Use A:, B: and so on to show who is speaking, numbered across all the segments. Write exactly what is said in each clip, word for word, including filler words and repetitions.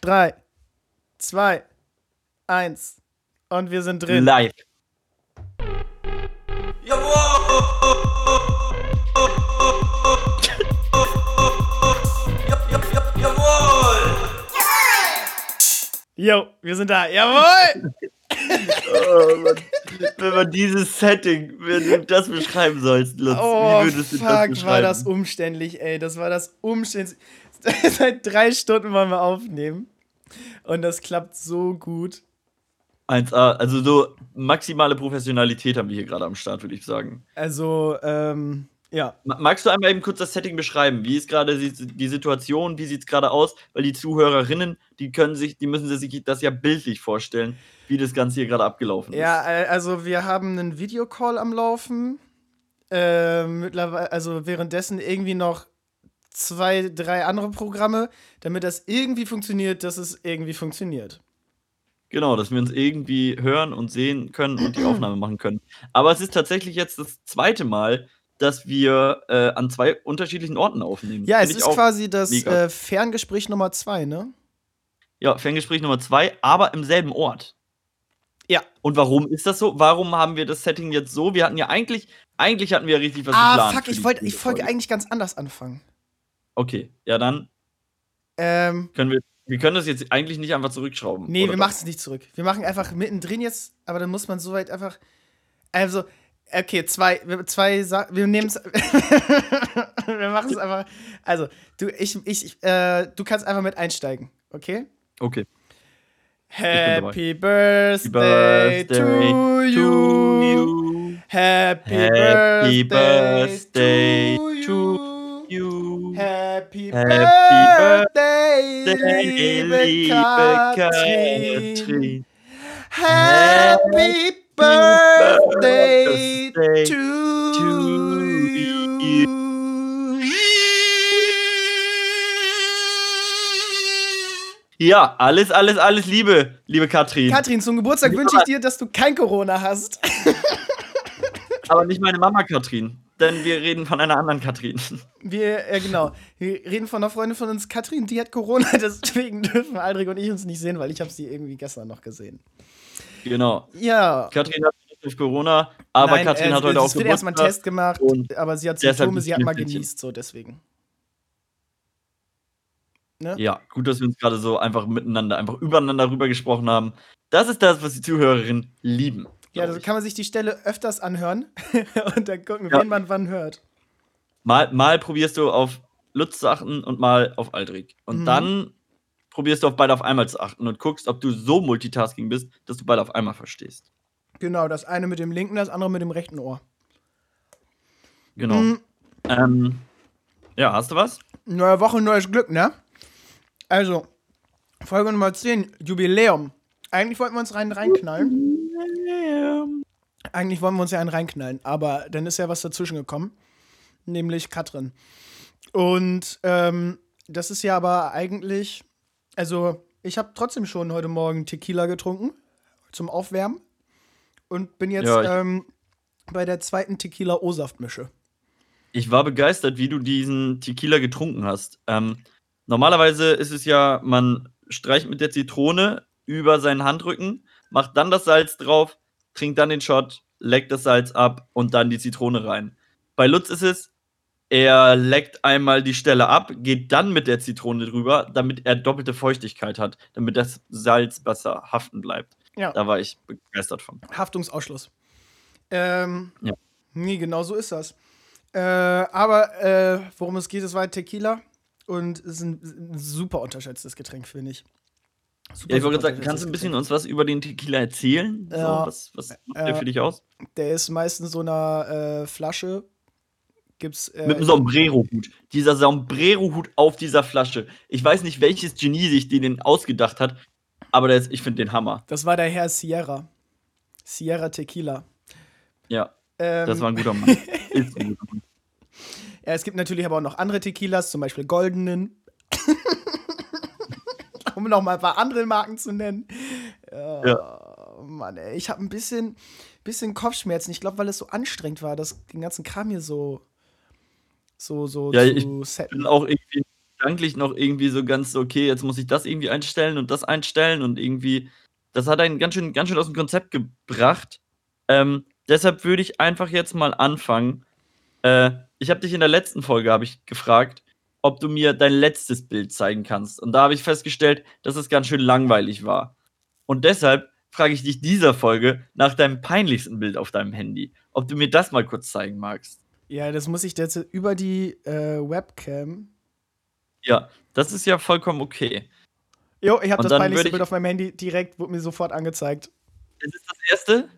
A: drei, zwei, eins. Und wir sind drin.
B: Live.
A: Jo, wir sind da. Jawohl!
B: Oh, Mann. Wenn man dieses Setting, wenn du das beschreiben sollst, Lutz,
A: Oh,
B: wie würdest du
A: fuck,
B: das beschreiben?
A: war das umständlich, ey. Das war das umständlich. Seit drei Stunden wollen wir aufnehmen. Und das klappt so gut.
B: eins A, also so maximale Professionalität haben wir hier gerade am Start, würde ich sagen.
A: Also, ähm, ja.
B: Magst du einmal eben kurz das Setting beschreiben? Wie ist gerade die, die Situation? Wie sieht es gerade aus? Weil die Zuhörerinnen, die können sich, die müssen sich das ja bildlich vorstellen, wie das Ganze hier gerade abgelaufen ist.
A: Ja, also wir haben einen Videocall am Laufen. Äh, mittlerweile, also währenddessen irgendwie noch zwei, drei andere Programme, damit das irgendwie funktioniert, dass es irgendwie funktioniert.
B: Genau, dass wir uns irgendwie hören und sehen können und die Aufnahme machen können. Aber es ist tatsächlich jetzt das zweite Mal, dass wir äh, an zwei unterschiedlichen Orten aufnehmen.
A: Ja,
B: Find
A: es
B: ich
A: ist
B: auch
A: quasi das
B: mega.
A: äh, Ferngespräch Nummer zwei, ne?
B: Ja, Ferngespräch Nummer zwei, aber im selben Ort.
A: Ja.
B: Und warum ist das so? Warum haben wir das Setting jetzt so? Wir hatten ja eigentlich, eigentlich hatten wir richtig was
A: Ah,
B: geplant.
A: fuck,
B: für
A: ich
B: die
A: wollte, ich wollte
B: Folge.
A: eigentlich ganz anders anfangen.
B: Okay, ja dann
A: Ähm,
B: können wir, wir können das jetzt eigentlich nicht einfach zurückschrauben.
A: nee,
B: oder
A: wir
B: doch?
A: machen es nicht zurück. Wir machen einfach mittendrin jetzt, aber dann muss man so weit einfach, also, okay, zwei, wir- zwei, Sa wir nehmen es, wir machen es einfach, also, du, ich, ich, äh, du kannst einfach mit einsteigen, okay?
B: Okay.
A: Happy Birthday,
B: Birthday
A: to you. Happy,
B: Happy
A: Birthday,
B: Birthday
A: to
B: to
A: you.
B: you.
A: Happy,
B: Happy
A: Birthday, liebe,
B: liebe
A: Katrin.
B: Katrin.
A: Happy Birthday,
B: Birthday
A: to,
B: to
A: you.
B: Ja, alles, alles, alles Liebe, liebe Katrin.
A: Katrin, zum Geburtstag
B: Lieber
A: wünsche ich dir, dass du kein Corona hast.
B: Aber nicht meine Mama Katrin, denn wir reden von einer anderen Katrin.
A: Wir, äh, genau, wir reden von einer Freundin von uns, Katrin, die hat Corona, deswegen dürfen Aldrich und ich uns nicht sehen, weil ich habe sie irgendwie gestern noch gesehen.
B: Genau.
A: Ja.
B: Katrin hat nicht auf Corona, aber
A: Nein,
B: Katrin
A: äh,
B: hat heute auch
A: es wird erstmal einen
B: Geburtstag.
A: Test gemacht,
B: und
A: aber sie hat
B: deshalb
A: Symptome,
B: ist
A: sie hat
B: sie
A: mal
B: ein bisschen-
A: genießt, so deswegen. Ne?
B: Ja, gut, dass wir uns gerade so einfach miteinander, einfach übereinander rüber gesprochen haben. Das ist das, was die Zuhörerinnen lieben.
A: Ja,
B: glaub
A: also
B: ich.
A: kann man sich die Stelle öfters anhören und dann gucken,
B: Ja.
A: wen man wann hört.
B: Mal, mal probierst du auf Lutz zu achten und mal auf Aldrich. Und
A: Mhm.
B: dann probierst du auf beide auf einmal zu achten und guckst, ob du so Multitasking bist, dass du beide auf einmal verstehst.
A: Genau, das eine mit dem linken, das andere mit dem rechten Ohr.
B: Genau.
A: Mhm.
B: Ähm, ja, hast du was?
A: Neue Woche, neues Glück, ne? Also, Folge Nummer zehn, Jubiläum. Eigentlich wollten wir uns rein reinknallen. Eigentlich wollen wir uns ja einen reinknallen, aber dann ist ja was dazwischen gekommen, nämlich Katrin. Und ähm, das ist ja aber eigentlich, also ich habe trotzdem schon heute Morgen Tequila getrunken zum Aufwärmen und bin jetzt
B: Ja, ich-
A: ähm, bei der zweiten Tequila-O-Saft-Mische.
B: Ich war begeistert, wie du diesen Tequila getrunken hast. Ähm, normalerweise ist es ja, man streicht mit der Zitrone über seinen Handrücken, macht dann das Salz drauf, trinkt dann den Shot, leckt das Salz ab und dann die Zitrone rein. Bei Lutz ist es, er leckt einmal die Stelle ab, geht dann mit der Zitrone drüber, damit er doppelte Feuchtigkeit hat, damit das Salz besser haften bleibt.
A: Ja.
B: Da war ich begeistert von.
A: Haftungsausschluss. Ähm,
B: Ja.
A: Nee, genau so ist das. Äh, aber äh, worum es geht, ist halt Tequila. Und es ist ein, ein super unterschätztes Getränk, finde ich. Super,
B: Ja, ich wollte
A: super
B: gerade sagen, kannst du ein bisschen
A: unterschätztes
B: uns was über den Tequila erzählen?
A: Ja.
B: So, was was macht der
A: Ja.
B: für dich aus?
A: Getränk. Der ist meistens so einer äh, Flasche. Gibt's. Äh,
B: Mit einem Sombrero-Hut. Dieser Sombrero-Hut auf dieser Flasche. Ich weiß nicht, welches Genie sich den ausgedacht hat, aber der ist, ich finde den Hammer.
A: Das war der Herr Sierra. Sierra Tequila.
B: Ja,
A: Ähm,
B: das war ein guter Mann. Ist ein guter Mann.
A: Ja, es gibt natürlich aber auch noch andere Tequilas, zum Beispiel goldenen. Um noch mal ein paar andere Marken zu nennen. Ja,
B: Ja.
A: Mann, ey, ich habe ein bisschen, bisschen Kopfschmerzen. Ich glaube, weil es so anstrengend war, das, den ganzen Kram hier so, so, so
B: Ja,
A: zu
B: ich bin
A: setten.
B: auch irgendwie gedanklich noch irgendwie so ganz so, okay, jetzt muss ich das irgendwie einstellen und das einstellen und irgendwie, das hat einen ganz schön, ganz schön aus dem Konzept gebracht. Ähm, deshalb würde ich einfach jetzt mal anfangen. Äh, ich habe dich in der letzten Folge habe ich gefragt, ob du mir dein letztes Bild zeigen kannst. Und da habe ich festgestellt, dass es ganz schön langweilig war. Und deshalb frage ich dich dieser Folge nach deinem peinlichsten Bild auf deinem Handy. Ob du mir das mal kurz zeigen magst.
A: Ja, das muss ich jetzt über die äh, Webcam.
B: Ja, das ist ja vollkommen okay.
A: Jo, ich habe
B: Und
A: das
B: dann
A: peinlichste
B: würde ich-
A: Bild auf meinem Handy direkt, wurde mir sofort angezeigt.
B: Das ist das erste.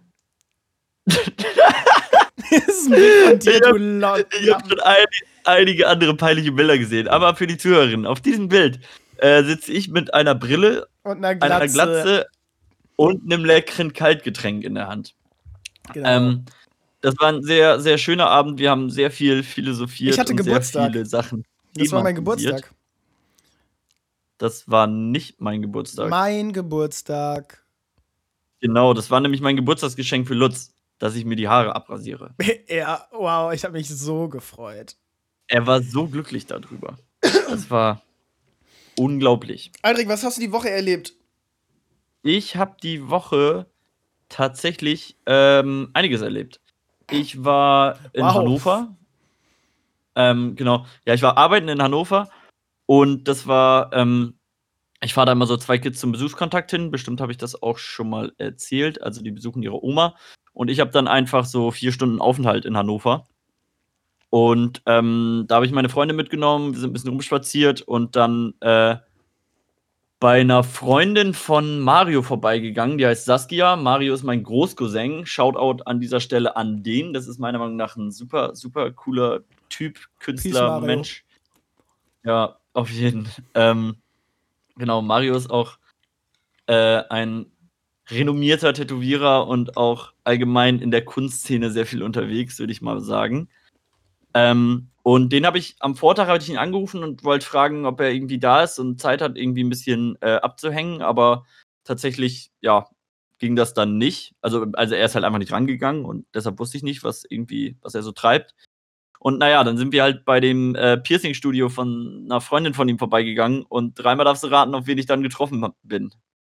A: Das ist ein Bild von dir,
B: Ich
A: du
B: hab-
A: Laut.
B: Ich habe schon ein, einige andere peinliche Bilder gesehen. Aber für die Zuhörerinnen, auf diesem Bild äh, sitze ich mit einer Brille,
A: Und einer
B: einer
A: Glatze.
B: Glatze und einem leckeren Kaltgetränk in der Hand.
A: Genau.
B: Ähm, das war ein sehr, sehr schöner Abend. Wir haben sehr viel philosophiert
A: Ich hatte
B: und
A: Geburtstag.
B: sehr viele Sachen
A: Das war mein
B: thematisiert.
A: Geburtstag.
B: Das war nicht mein Geburtstag.
A: Mein Geburtstag.
B: Genau, das war nämlich mein Geburtstagsgeschenk für Lutz, dass ich mir die Haare abrasiere.
A: Ja, wow, ich habe mich so gefreut.
B: Er war so glücklich darüber. Das war unglaublich.
A: Aldrich, was hast du die Woche erlebt?
B: Ich habe die Woche tatsächlich ähm, einiges erlebt. Ich war in
A: Wow.
B: Hannover. Ähm, genau. Ja, ich war arbeiten in Hannover und das war, ähm, ich fahre da immer so zwei Kids zum Besuchskontakt hin. Bestimmt habe ich das auch schon mal erzählt. Also die besuchen ihre Oma. Und ich habe dann einfach so vier Stunden Aufenthalt in Hannover. Und ähm, da habe ich meine Freunde mitgenommen, wir sind ein bisschen rumspaziert und dann äh, bei einer Freundin von Mario vorbeigegangen, die heißt Saskia. Mario ist mein Großcousin. Shoutout an dieser Stelle an den. Das ist meiner Meinung nach ein super, super cooler Typ, Künstler,
A: Mario.
B: Mensch. Ja, auf jeden. Ähm, genau, Mario ist auch äh, ein renommierter Tätowierer und auch allgemein in der Kunstszene sehr viel unterwegs, würde ich mal sagen. Ähm, und den habe ich am Vortag habe ich ihn angerufen und wollte fragen, ob er irgendwie da ist und Zeit hat, irgendwie ein bisschen äh, abzuhängen, aber tatsächlich, ja, ging das dann nicht. Also, also er ist halt einfach nicht rangegangen und deshalb wusste ich nicht, was irgendwie, was er so treibt. Und naja, dann sind wir halt bei dem äh, Piercing-Studio von einer Freundin von ihm vorbeigegangen und dreimal darfst du raten, auf wen ich dann getroffen hab- bin.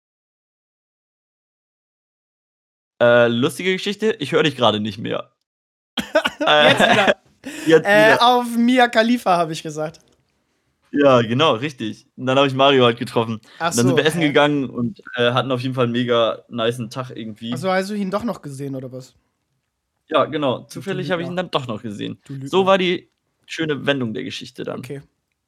B: Äh, lustige Geschichte, ich höre dich gerade nicht mehr.
A: Jetzt wieder.
B: Jetzt
A: Äh,
B: wieder.
A: auf Mia Khalifa, habe ich gesagt.
B: Ja, genau, richtig. Und dann habe ich Mario halt getroffen.
A: Ach
B: Und dann sind
A: so,
B: wir essen
A: hä?
B: gegangen und äh, hatten auf jeden Fall einen mega nicen Tag irgendwie.
A: Also hast du ihn doch noch gesehen, oder was?
B: Ja, genau. Zufällig habe ich ihn
A: Lügner.
B: dann doch noch gesehen.
A: Du Lügner.
B: So war die schöne Wendung der Geschichte dann.
A: Okay.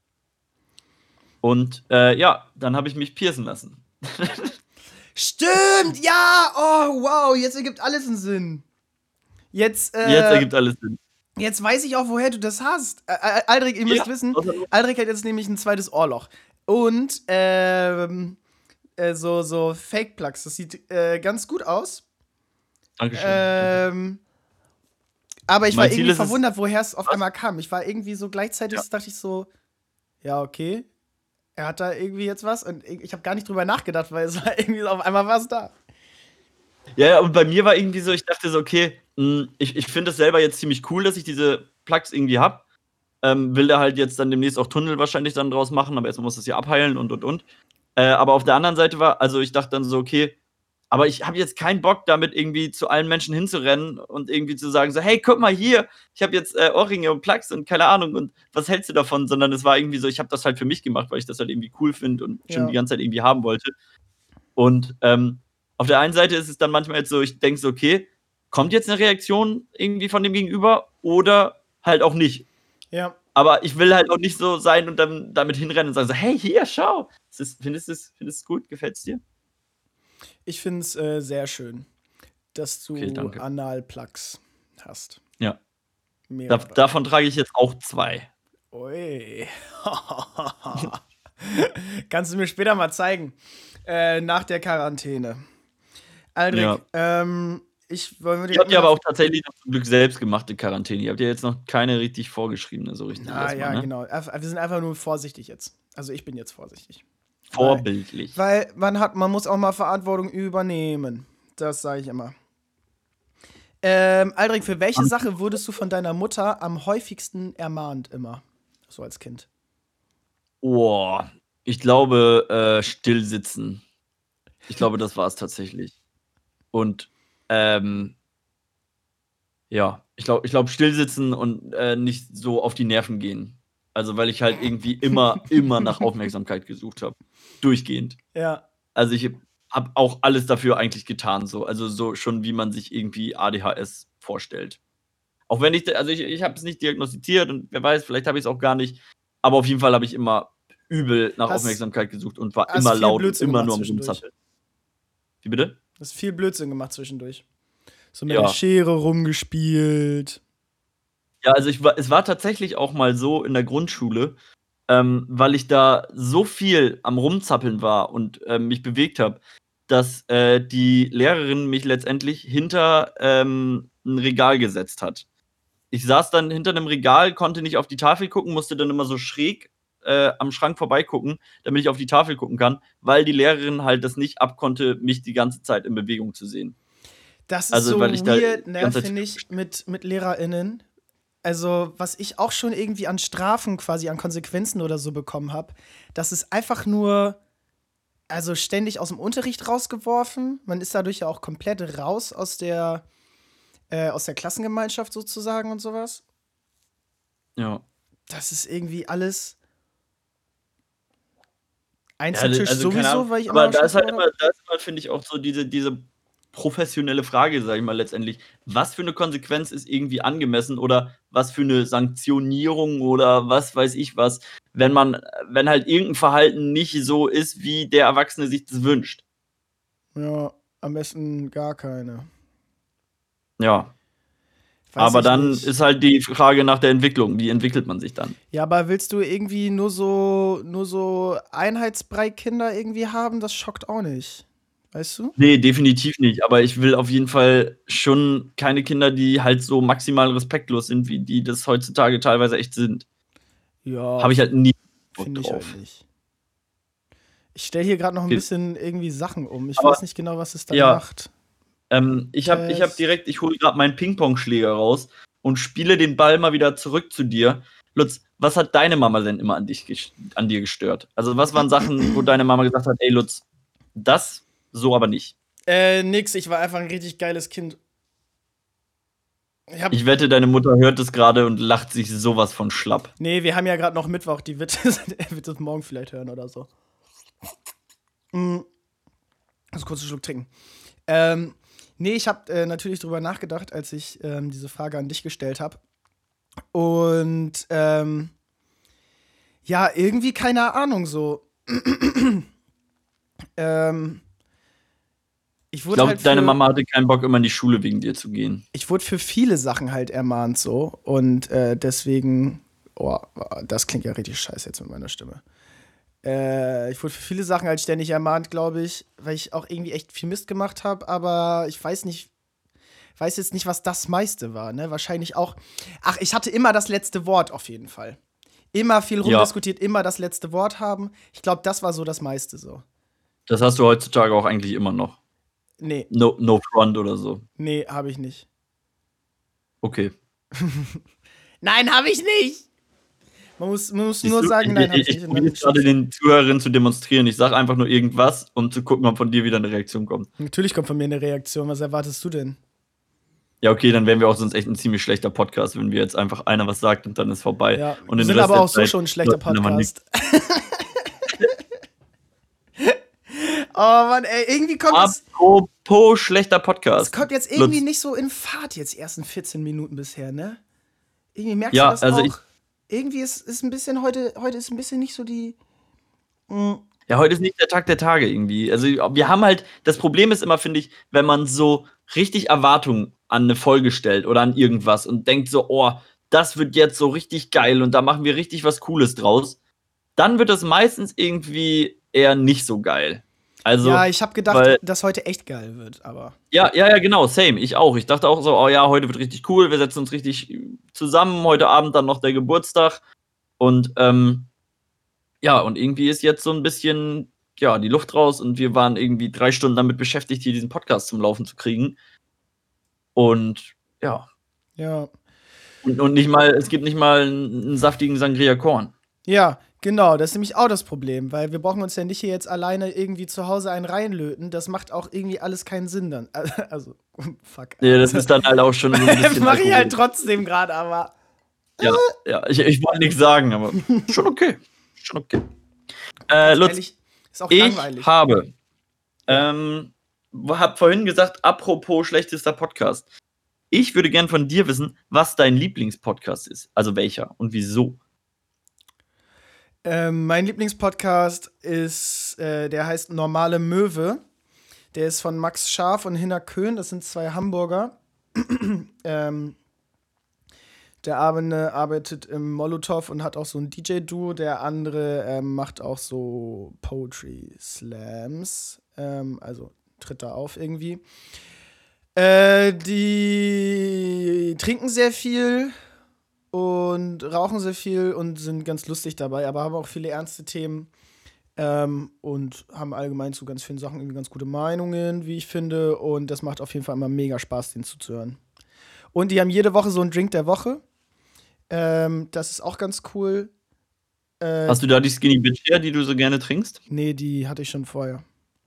B: Und äh, ja, dann habe ich mich piercen lassen.
A: Stimmt, ja! Oh, wow, jetzt ergibt alles einen Sinn. Jetzt, äh,
B: Jetzt ergibt alles Sinn.
A: jetzt weiß ich auch, woher du das hast. Äh, äh, Aldrich, ihr müsst
B: Ja,
A: wissen,
B: außer-
A: Aldrich hat jetzt nämlich ein zweites Ohrloch. Und, ähm, äh, so, so Fake-Plugs. Das sieht äh, ganz gut aus.
B: Dankeschön.
A: Ähm, aber ich
B: Mein
A: war
B: Ziel
A: irgendwie
B: ist es-
A: verwundert, woher es auf
B: Was?
A: einmal kam. Ich war irgendwie so gleichzeitig,
B: Ja.
A: dachte ich so, ja, okay. Er hat da irgendwie jetzt was und ich, ich habe gar nicht drüber nachgedacht, weil es war irgendwie so, auf einmal was da.
B: Ja, ja, und bei mir war irgendwie so, ich dachte so, okay, mh, ich, ich finde es selber jetzt ziemlich cool, dass ich diese Plugs irgendwie hab. Ähm, will da halt jetzt dann demnächst auch Tunnel wahrscheinlich dann draus machen, aber erstmal muss das hier abheilen und und und. Äh, aber auf der anderen Seite war, also ich dachte dann so, okay, aber ich habe jetzt keinen Bock, damit irgendwie zu allen Menschen hinzurennen und irgendwie zu sagen, so, hey, guck mal hier, ich habe jetzt äh, Ohrringe und Plugs und keine Ahnung und was hältst du davon? Sondern es war irgendwie so, ich habe das halt für mich gemacht, weil ich das halt irgendwie cool finde und schon
A: Ja.
B: die ganze Zeit irgendwie haben wollte. Und ähm, auf der einen Seite ist es dann manchmal jetzt so, ich denke so, okay, kommt jetzt eine Reaktion irgendwie von dem Gegenüber oder halt auch nicht.
A: Ja.
B: Aber ich will halt auch nicht so sein und dann damit hinrennen und sagen so, hey, hier, schau. Ist das, findest du es findest du's gut? Gefällt's dir?
A: Ich finde es äh, sehr schön, dass du
B: Okay, danke.
A: Analplugs hast.
B: Ja. Da,
A: Mehrere.
B: davon trage ich jetzt auch zwei.
A: Ui. Kannst du mir später mal zeigen. Äh, nach der Quarantäne. Aldrich,
B: Ja.
A: ähm, ich wollen wir
B: Ihr habt ja aber auch tatsächlich noch zum Glück selbstgemachte Quarantäne. Ihr habt ja jetzt noch keine richtig vorgeschriebene, so richtig.
A: Ah,
B: erstmal,
A: ja,
B: ne?
A: genau. Wir sind einfach nur vorsichtig jetzt. Also ich bin jetzt vorsichtig.
B: Vorbildlich.
A: Weil man hat, man muss auch mal Verantwortung übernehmen. Das sage ich immer. Ähm, Aldrich, für welche
B: Am-
A: Sache wurdest du von deiner Mutter am häufigsten ermahnt immer? So als Kind.
B: Oh, ich glaube, äh, stillsitzen. Ich glaube, das war es tatsächlich. Und, ähm ja, ich glaube ich glaube, stillsitzen und, äh, nicht so auf die Nerven gehen. Also, weil ich halt irgendwie immer immer nach Aufmerksamkeit gesucht habe, durchgehend.
A: Ja.
B: Also, ich habe auch alles dafür eigentlich getan so. Also, so schon, wie man sich irgendwie A D H S vorstellt. Auch wenn ich d also, ich ich habe es nicht diagnostiziert und wer weiß, vielleicht habe ich's auch gar nicht, aber auf jeden Fall habe ich immer übel nach
A: Hast
B: Aufmerksamkeit gesucht und war
A: hast
B: immer
A: viel
B: laut und
A: Blödsinn
B: immer
A: gemacht
B: nur am
A: zwischendurch.
B: Rumzappeln. Wie bitte?
A: Hast viel Blödsinn gemacht zwischendurch. So mit der
B: Ja.
A: Schere rumgespielt.
B: Ja, also, ich war es war tatsächlich auch mal so in der Grundschule, ähm, weil ich da so viel am Rumzappeln war und, ähm, mich bewegt habe, dass, äh, die Lehrerin mich letztendlich hinter, ähm, 'n Regal gesetzt hat. Ich saß dann hinter 'nem Regal, konnte nicht auf die Tafel gucken, musste dann immer so schräg, äh, am Schrank vorbeigucken, damit ich auf die Tafel gucken kann, weil die Lehrerin halt das nicht abkonnte, mich die ganze Zeit in Bewegung zu sehen.
A: Das ist
B: Also, weil ich
A: so
B: da
A: weird,
B: die
A: ne,
B: ganze Zeit
A: finde ich, mit mit LehrerInnen. Also, was ich auch schon irgendwie an Strafen quasi, an Konsequenzen oder so bekommen habe, das ist einfach nur also, ständig aus'm Unterricht rausgeworfen. Man ist dadurch ja auch komplett raus aus der äh, aus der Klassengemeinschaft sozusagen und so was.
B: Ja.
A: Das ist irgendwie alles
B: Ja, d
A: Einzeltisch
B: also, keine Ahnung,
A: sowieso, weil ich
B: aber
A: immer
B: da
A: schon
B: ist halt
A: verloren
B: immer
A: habe.
B: da ist immer, finde ich, auch so diese diese professionelle Frage, sage ich mal letztendlich. Was für 'ne Konsequenz ist irgendwie angemessen oder was für 'ne Sanktionierung oder was weiß ich was, wenn man wenn halt irgend 'n Verhalten nicht so ist, wie der Erwachsene sich das wünscht.
A: Ja, am besten gar keine.
B: Ja.
A: Weiß
B: Aber
A: ich
B: dann
A: nicht.
B: ist halt die Frage nach der Entwicklung. Wie entwickelt man sich dann?
A: Ja, aber willst du irgendwie nur so nur so Einheitsbrei-Kinder irgendwie haben? Das schockt auch nicht. Weißt du?
B: Ne, definitiv nicht. Aber ich will auf jeden Fall schon keine Kinder, die halt so maximal respektlos sind, wie die das heutzutage teilweise echt sind.
A: Ja,
B: Habe ich halt nie Bock
A: finde ich halt
B: drauf.
A: nicht. Ich stelle hier grad noch 'n
B: Okay.
A: bisschen irgendwie Sachen um. Ich
B: Aber
A: weiß nicht genau, was es dann
B: ja,
A: macht.
B: ähm, ich habe ich habe
A: Test.
B: direkt ich hole grad meinen Pingpongschläger raus und spiele den Ball mal wieder zurück zu dir. Lutz, was hat deine Mama denn immer an dich ges an dir gestört? Also, was waren Sachen, wo deine Mama gesagt hat: „Ey Lutz, das so aber nicht?“
A: Äh, nix, ich war einfach 'n richtig geiles Kind. Ich habe
B: Ich wette, deine Mutter hört das grade und lacht sich so was von schlapp.
A: Ne, wir haben ja grad noch Mittwoch, die wird das wird das morgen vielleicht hören oder so. Hm. Muss kurz 'n Schluck trinken. Ähm, ne, ich habe, äh, natürlich drüber nachgedacht, als ich, ähm, diese Frage an dich gestellt habe. Und, ähm ja, irgendwie keine Ahnung so. Ähm ich
B: Ich
A: wurde
B: glaube,
A: halt
B: deine
A: für
B: Mama hatte keinen Bock, immer in die Schule wegen dir zu gehen.
A: ich wurde für viele Sachen halt ermahnt so und, äh, deswegen oh, das klingt ja richtig scheiße jetzt mit meiner Stimme. Äh, ich wurde für viele Sachen halt ständig ermahnt, glaube ich, weil ich auch irgendwie echt viel Mist gemacht habe, aber ich weiß nicht weiß jetzt nicht, was das meiste war, ne? Wahrscheinlich auch ach, ich hatte immer das letzte Wort auf jeden Fall. Immer viel
B: Ja.
A: rumdiskutiert, immer das letzte Wort haben. Ich glaube, das war so das meiste so.
B: Das hast du heutzutage auch eigentlich immer noch.
A: Ne.
B: No no front oder so.
A: Ne, habe ich nicht.
B: Okay.
A: Nein, habe ich nicht! Man muss man muss
B: Siehst
A: nur
B: du,
A: sagen:
B: ich
A: „Nein, habe
B: ich
A: ich
B: ich
A: nicht“ und
B: probiere
A: dann
B: es grade
A: stimmt's.
B: den Zuhörerinnen zu demonstrieren. Ich sage einfach nur irgendwas, um zu gucken, ob von dir wieder 'ne Reaktion kommt.
A: Natürlich kommt von mir 'ne Reaktion. Was erwartest du denn?
B: Ja, okay, dann wären wir auch sonst echt 'n ziemlich schlechter Podcast, wenn wir jetzt einfach einer was sagt und dann ist vorbei
A: Ja,
B: und
A: wir
B: den
A: sind
B: Rest
A: aber
B: der
A: auch so
B: Zeit
A: schon 'n schlechter
B: hört man immer nix.
A: Podcast. Oh Mann, ey, irgendwie kommt es
B: Apropos schlechter
A: es
B: Podcast.
A: kommt jetzt irgendwie
B: Lutz.
A: nicht so in Fahrt jetzt die ersten vierzehn Minuten bisher, ne? Irgendwie merkst du
B: Ja,
A: das
B: also ich
A: auch? Irgendwie ist ist 'n bisschen heute heute ist 'n bisschen nicht so die hm.
B: Ja, heute ist nicht der Tag der Tage irgendwie. Also, wir haben halt das Problem ist immer, finde ich, wenn man so richtig Erwartungen an 'ne Folge stellt oder an irgendwas und denkt so: „Oh, das wird jetzt so richtig geil und da machen wir richtig was Cooles draus.“ Dann wird das meistens irgendwie eher nicht so geil.
A: Ja,
B: Also,
A: ich habe gedacht,
B: weil
A: dass heute echt geil wird, aber
B: Ja, ja, ja, genau, same, ich auch. Ich dachte auch so: „Oh ja, heute wird richtig cool. Wir setzen uns richtig zusammen. Heute Abend dann noch der Geburtstag.“ Und, ähm ja, und irgendwie ist jetzt so 'n bisschen, ja, die Luft raus und wir waren irgendwie drei Stunden damit beschäftigt, hier diesen Podcast zum Laufen zu kriegen. Und ja.
A: Ja.
B: Und und nicht mal es gibt nicht mal 'n 'n saftigen Sangria Korn.
A: Ja, Genau, das ist nämlich auch das Problem, weil wir brauchen uns ja nicht hier jetzt alleine irgendwie zu Hause einen reinlöten. Das macht auch irgendwie alles keinen Sinn dann. Also, fuck.
B: Ja, das ist dann halt auch schon so ein bisschen.
A: Mach ich halt
B: Alkohol.
A: trotzdem gerade, aber.
B: Ja, ja, ich, ich wollte nichts sagen, aber schon okay. Schon okay. Äh,
A: Ganz
B: Lutz,
A: ehrlich, ist auch
B: ich
A: langweilig.
B: habe, ähm, hab vorhin gesagt, apropos schlechtester Podcast. Ich würde gern von dir wissen, was dein Lieblingspodcast ist. Also welcher und wieso.
A: Ähm, mein Lieblingspodcast ist, äh, der heißt Normale Möwe. Der ist von Max Scharf und Hinner Köhn. Das sind zwei Hamburger. ähm, der eine arbeitet im Molotow und hat auch so ein D J-Duo. Der andere ähm, macht auch so Poetry Slams. Ähm, also tritt da auf irgendwie. Äh, die trinken sehr viel und rauchen sehr viel und sind ganz lustig dabei, aber haben auch viele ernste Themen ähm, und haben allgemein zu ganz vielen Sachen irgendwie ganz gute Meinungen, wie ich finde. Und das macht auf jeden Fall immer mega Spaß, denen zuzuhören. Und die haben jede Woche so einen Drink der Woche. Ähm, das ist auch ganz cool. Äh,
B: Hast du da die Skinny Bitch her, die du so gerne trinkst?
A: Nee, die hatte ich schon vorher.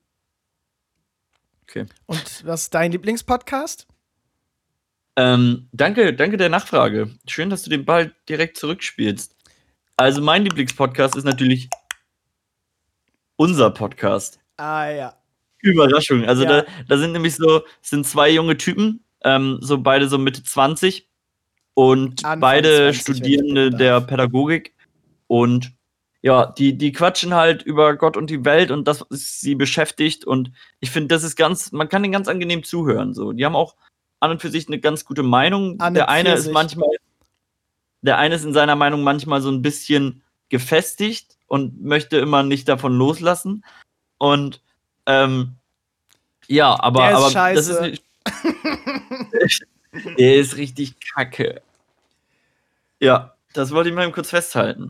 B: Okay.
A: Und was ist dein Lieblingspodcast?
B: Ähm, danke, danke der Nachfrage. Schön, dass du den Ball direkt zurückspielst. Also mein Lieblingspodcast ist natürlich unser Podcast.
A: Ah ja.
B: Überraschung. Also
A: Ja.
B: da, da sind nämlich so, es sind zwei junge Typen, ähm, so beide so Mitte zwanzig und
A: Anfang
B: beide
A: zwanzig, wenn ich
B: Studierende
A: bitten
B: der
A: darf.
B: Pädagogik. Und ja, die, die quatschen halt über Gott und die Welt und das, was sie beschäftigt. Und ich finde, das ist ganz, man kann denen ganz angenehm zuhören. So. Die haben auch an und für sich eine ganz gute Meinung.
A: An und
B: Der eine
A: für
B: ist
A: sich.
B: manchmal, der eine ist in seiner Meinung manchmal so ein bisschen gefestigt und möchte immer nicht davon loslassen. Und ähm, ja, aber,
A: Der ist
B: aber
A: scheiße.
B: das ist der ist richtig kacke. Ja, das wollte ich mal eben kurz festhalten.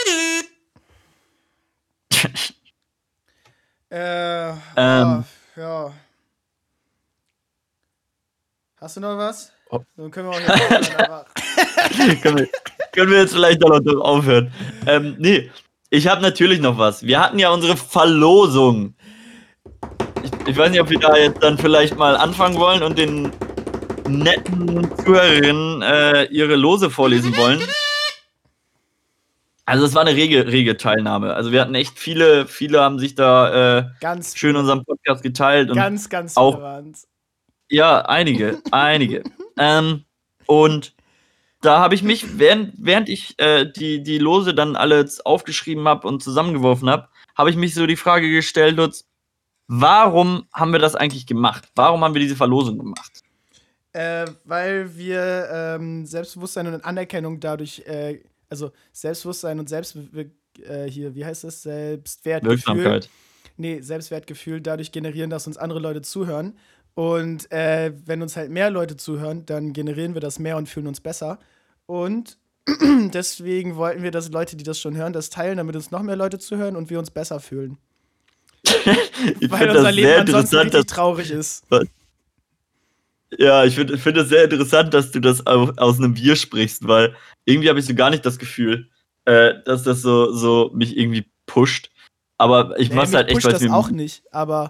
A: Äh,
B: Ähm.
A: oh, ja. Hast du noch was?
B: Oh.
A: Dann können wir auch jetzt aufhören,
B: können, wir, können wir jetzt vielleicht auch noch aufhören? Ähm, nee, ich habe natürlich noch was. Wir hatten ja unsere Verlosung. Ich, ich weiß nicht, ob wir da jetzt dann vielleicht mal anfangen wollen und den netten Zuhörerinnen äh, ihre Lose vorlesen wollen. Also es war eine rege, rege Teilnahme. Also wir hatten echt viele, viele haben sich da äh,
A: ganz
B: schön
A: viele.
B: unseren Podcast geteilt. Und
A: ganz, ganz
B: auch,
A: viele waren's.
B: Ja, einige, einige. ähm, und da habe ich mich, während, während ich äh, die, die Lose dann alle aufgeschrieben habe und zusammengeworfen habe, habe ich mich so die Frage gestellt, Lutz, warum haben wir das eigentlich gemacht? Warum haben wir diese Verlosung gemacht?
A: Äh, weil wir ähm, Selbstbewusstsein und Anerkennung dadurch, äh, also Selbstbewusstsein und Selbst äh, hier, wie heißt das? Selbstwertgefühl.
B: Wirksamkeit.
A: Nee, Selbstwertgefühl dadurch generieren, dass uns andere Leute zuhören. Und äh, wenn uns halt mehr Leute zuhören, dann generieren wir das mehr und fühlen uns besser. Und deswegen wollten wir, dass Leute, die das schon hören, das teilen, damit uns noch mehr Leute zuhören und wir uns besser fühlen.
B: Ich
A: Weil
B: finde
A: unser
B: das
A: Leben
B: sehr
A: ansonsten
B: interessant,
A: richtig
B: dass,
A: traurig ist.
B: ja, ich finde find das sehr interessant, dass du das au- aus einem Bier sprichst, weil irgendwie habe ich so gar nicht das Gefühl, äh, dass das so, so mich irgendwie pusht. Aber ich
A: Nee,
B: mach's
A: mich
B: halt echt,
A: pusht
B: weil
A: das
B: es mir.
A: auch nicht, aber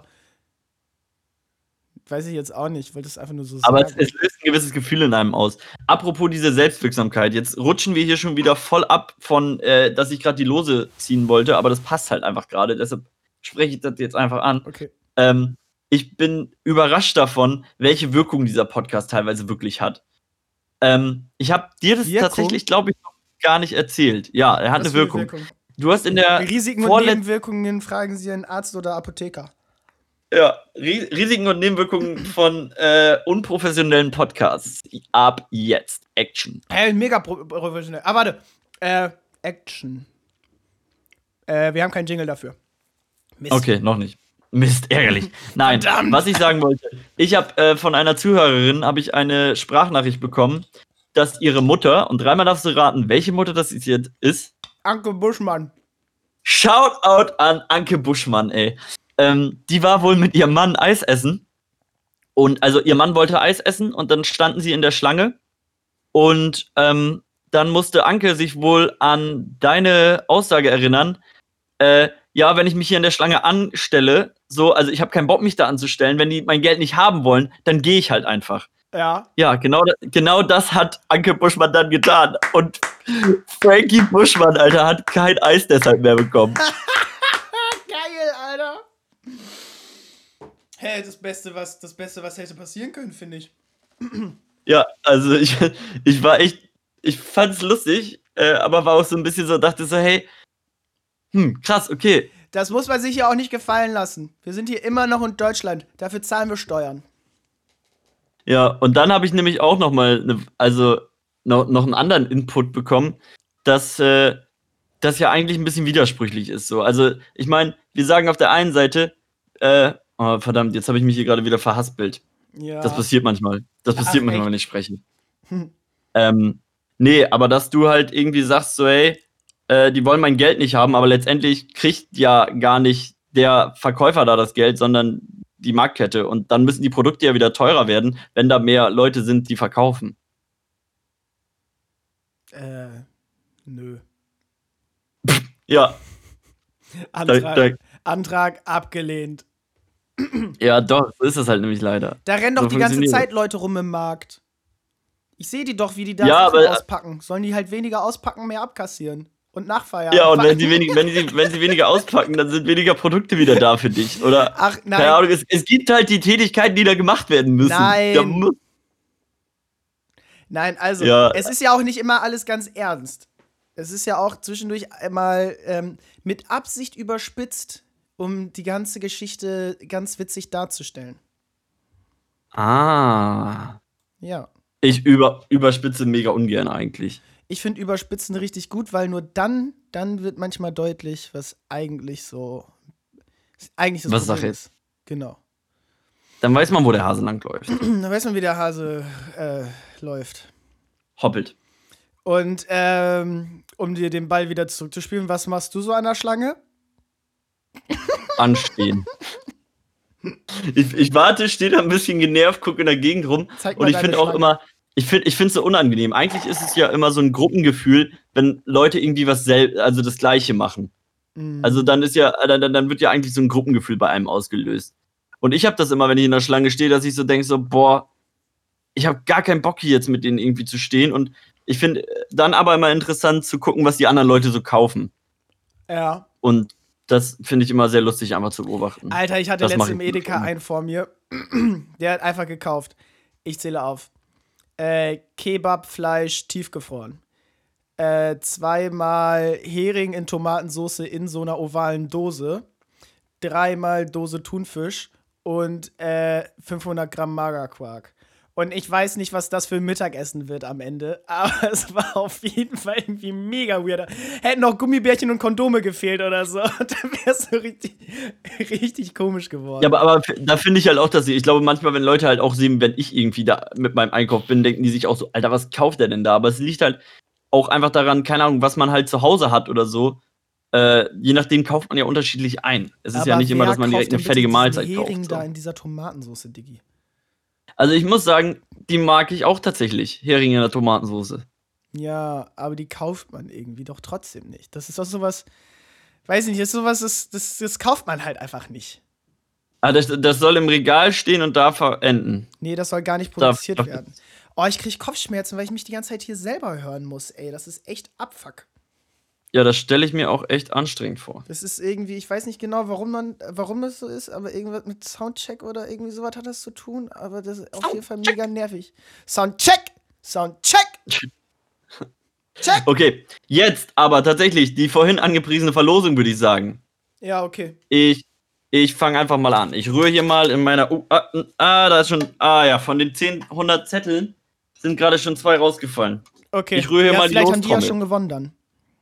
A: weiß ich jetzt auch nicht. Ich wollte es einfach nur so
B: Aber es,
A: sagen.
B: es löst ein gewisses Gefühl in einem aus. Apropos diese Selbstwirksamkeit, jetzt rutschen wir hier schon wieder voll ab von, äh, dass ich gerade die Lose ziehen wollte, aber das passt halt einfach gerade, deshalb spreche ich das jetzt einfach an.
A: Okay.
B: Ähm, ich bin überrascht davon, welche Wirkung dieser Podcast teilweise wirklich hat. Ähm, ich habe dir das
A: Wirkung?
B: tatsächlich, glaube ich, noch gar nicht erzählt. Ja, er hat
A: Was
B: eine
A: für eine
B: Wirkung.
A: Wirkung?
B: Du hast in der
A: Risiken und
B: vorlet-
A: Nebenwirkungen fragen Sie einen Arzt oder Apotheker.
B: Ja, Ri- Risiken und Nebenwirkungen von äh, unprofessionellen Podcasts. Ab jetzt. Action.
A: Hä, mega pro- professionell. Ah, warte. Äh, Action. Äh, wir haben keinen Jingle dafür. Mist.
B: Okay, noch nicht. Mist, ärgerlich. Nein,
A: Verdammt.
B: was ich sagen wollte. Ich habe äh, von einer Zuhörerin habe ich eine Sprachnachricht bekommen, dass ihre Mutter, und dreimal darfst du raten, welche Mutter das jetzt ist.
A: Anke Buschmann.
B: Shoutout an Anke Buschmann, ey. Ähm, die war wohl mit ihrem Mann Eis essen. Und also ihr Mann wollte Eis essen und dann standen sie in der Schlange. Und ähm, dann musste Anke sich wohl an deine Aussage erinnern, äh, ja, wenn ich mich hier in der Schlange anstelle, so, also ich habe keinen Bock, mich da anzustellen, wenn die mein Geld nicht haben wollen, dann gehe ich halt einfach.
A: Ja.
B: Ja, genau, genau das hat Anke Buschmann dann getan. Und Frankie Buschmann, Alter, hat kein Eis deshalb mehr bekommen.
A: Geil, Alter. Hey, das Beste, was, das Beste, was hätte passieren können, finde ich.
B: Ja, also ich, ich war echt, ich fand's lustig, äh, aber war auch so ein bisschen so, dachte so, hey, hm, krass, okay.
A: Das muss man sich ja auch nicht gefallen lassen. Wir sind hier immer noch in Deutschland. Dafür zahlen wir Steuern.
B: Ja, und dann habe ich nämlich auch noch mal, ne, also noch, noch einen anderen Input bekommen, dass äh, das ja eigentlich ein bisschen widersprüchlich ist. So. Also ich meine, wir sagen auf der einen Seite, äh, oh, verdammt, jetzt habe ich mich hier gerade wieder verhaspelt.
A: Ja.
B: Das passiert manchmal. Das
A: Ach,
B: passiert manchmal,
A: echt?
B: wenn ich spreche. ähm, nee, aber dass du halt irgendwie sagst, so, hey, äh, die wollen mein Geld nicht haben, aber letztendlich kriegt ja gar nicht der Verkäufer da das Geld, sondern die Marktkette. Und dann müssen die Produkte ja wieder teurer werden, wenn da mehr Leute sind, die verkaufen.
A: Äh, nö.
B: Ja.
A: Antrag,
B: Da, da,
A: Antrag abgelehnt.
B: ja, doch, so ist es halt nämlich leider.
A: Da rennen doch
B: So
A: die ganze
B: funktioniert
A: Zeit Leute rum im Markt. Ich sehe die doch, wie die da
B: Ja,
A: Sachen
B: aber-
A: auspacken. Sollen die halt weniger auspacken, mehr abkassieren. Und nachfeiern.
B: Ja, und wenn sie, wenig, wenn, sie, wenn sie weniger auspacken, dann sind weniger Produkte wieder da für dich. Oder,
A: Ach, nein.
B: keine Ahnung, es, es gibt halt die Tätigkeiten, die da gemacht werden müssen.
A: Nein.
B: Da muss,
A: Nein, also,
B: Ja.
A: es ist ja auch nicht immer alles ganz ernst. Es ist ja auch zwischendurch einmal ähm, mit Absicht überspitzt, um die ganze Geschichte ganz witzig darzustellen.
B: ah.
A: Ja.
B: Ich über, überspitze mega ungern eigentlich.
A: Ich finde Überspitzen richtig gut, weil nur dann, dann wird manchmal deutlich, was eigentlich so, eigentlich das
B: Was
A: Problem
B: Sache
A: ist. Genau.
B: Dann weiß man, wo der Hase langläuft.
A: Da weiß man, wie der Hase äh, läuft.
B: Hoppelt.
A: Und ähm, um dir den Ball wieder zurückzuspielen, was machst du so an der Schlange?
B: Anstehen. ich, ich warte, stehe da ein bisschen genervt, gucke in der Gegend rum.
A: Zeig mal
B: Und ich
A: deine
B: finde auch
A: Schlange.
B: immer, ich finde ich finde es so unangenehm. Eigentlich ist es ja immer so ein Gruppengefühl, wenn Leute irgendwie was sel also das Gleiche machen.
A: Mhm.
B: Also dann ist ja, dann, dann wird ja eigentlich so ein Gruppengefühl bei einem ausgelöst. Und ich habe das immer, wenn ich in der Schlange stehe, dass ich so denke, so, boah, ich habe gar keinen Bock hier jetzt mit denen irgendwie zu stehen. Und ich finde dann aber immer interessant zu gucken, was die anderen Leute so kaufen.
A: Ja.
B: Und das finde ich immer sehr lustig, einfach zu beobachten.
A: Alter, ich hatte
B: Das mach
A: letztens im
B: ich
A: Edeka
B: schon.
A: einen vor mir. Der hat einfach gekauft. Ich zähle auf. Äh, Kebabfleisch tiefgefroren. Äh, zweimal Hering in Tomatensauce in so einer ovalen Dose. Dreimal Dose Thunfisch und äh, fünfhundert Gramm Magerquark. Und ich weiß nicht, was das für ein Mittagessen wird am Ende, aber es war auf jeden Fall irgendwie mega weird. Hätten noch Gummibärchen und Kondome gefehlt oder so. Dann wäre es so richtig, richtig komisch geworden.
B: Ja, aber, aber f- da finde ich halt auch, dass ich, ich glaube, manchmal, wenn Leute halt auch sehen, wenn ich irgendwie da mit meinem Einkauf bin, denken die sich auch so, Alter, was kauft der denn da? Aber es liegt halt auch einfach daran, keine Ahnung, was man halt zu Hause hat oder so. Äh, je nachdem kauft man ja unterschiedlich ein. Es ist
A: Aber
B: ja nicht immer,
A: wer
B: dass man direkt
A: kauft
B: eine
A: denn
B: fertige
A: bitte
B: Mahlzeit
A: diesen Hering
B: kauft.
A: da
B: So.
A: in dieser Tomatensauce, Diggi.
B: Also ich muss sagen, die mag ich auch tatsächlich. Hering in der Tomatensauce.
A: Ja, aber die kauft man irgendwie doch trotzdem nicht. Das ist doch sowas, weiß ich nicht, das ist sowas, das, das, das kauft man halt einfach nicht.
B: Ah, das, das soll im Regal stehen und da verenden.
A: Nee, das soll gar nicht
B: Darf-
A: produziert
B: darf-
A: werden. Oh, ich krieg Kopfschmerzen, weil ich mich die ganze Zeit hier selber hören muss, ey. Das ist echt Abfuck.
B: Ja, das stelle ich mir auch echt anstrengend vor.
A: Das ist irgendwie, ich weiß nicht genau, warum, man, warum das so ist, aber irgendwas mit Soundcheck oder irgendwie sowas hat das zu tun. Aber das ist auf jeden Fall mega nervig. Soundcheck! Soundcheck! Check!
B: Okay, jetzt aber tatsächlich die vorhin angepriesene Verlosung, würde ich sagen.
A: Ja, okay.
B: Ich, ich fange einfach mal an. Ich rühre hier mal in meiner. Uh, ah, mm, ah, da ist schon. Ah ja, von den zehn, hundert Zetteln sind gerade schon zwei rausgefallen.
A: Okay.
B: Ich rühre hier
A: ja,
B: mal die
A: vielleicht haben die ja
B: Lostrommel.
A: schon gewonnen dann.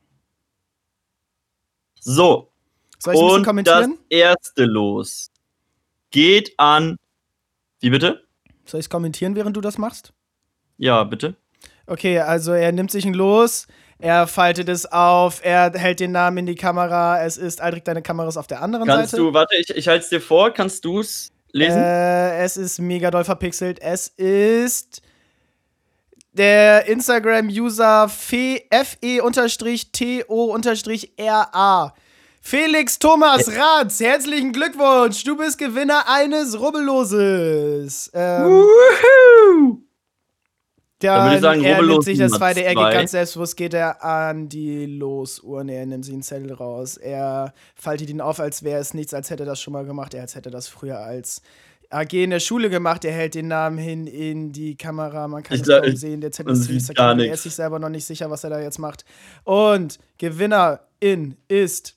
B: So,
A: Soll ich ein bisschen
B: und das
A: kommentieren?
B: erste Los geht an. Wie bitte?
A: Soll ich es kommentieren, während du das machst?
B: Ja, bitte.
A: Okay, also er nimmt sich ein Los, er faltet es auf, er hält den Namen in die Kamera. Es ist, Aldrich, deine Kamera ist auf der anderen
B: Kannst
A: Seite.
B: du, warte, ich, ich halte es dir vor. Kannst du es lesen?
A: Äh, es ist mega doll verpixelt. Es ist Der Instagram-User F E T O R A. Felix Thomas Ratz, herzlichen Glückwunsch. Du bist Gewinner eines Rubbelloses. Ähm,
B: Wuhu!
A: Dann,
B: Dann würde ich sagen,
A: er nimmt
B: Rubbellos
A: sich das
B: Nummer
A: zweite. Er
B: zwei.
A: geht ganz selbstbewusst, geht er an die Losurne. Er nimmt sich einen Zettel raus. Er faltet ihn auf, als wäre es nichts, als hätte er das schon mal gemacht. Er als hätte das früher als A G in der Schule gemacht. Er hält den Namen hin in die Kamera. Man kann
B: Ich
A: es
B: glaub,
A: kaum
B: ich-
A: sehen. Der Zettel
B: man
A: ist ziemlich
B: sieht gar
A: zerknittert. Er
B: nichts.
A: ist sich selber noch nicht sicher, was er da jetzt macht. Und Gewinnerin ist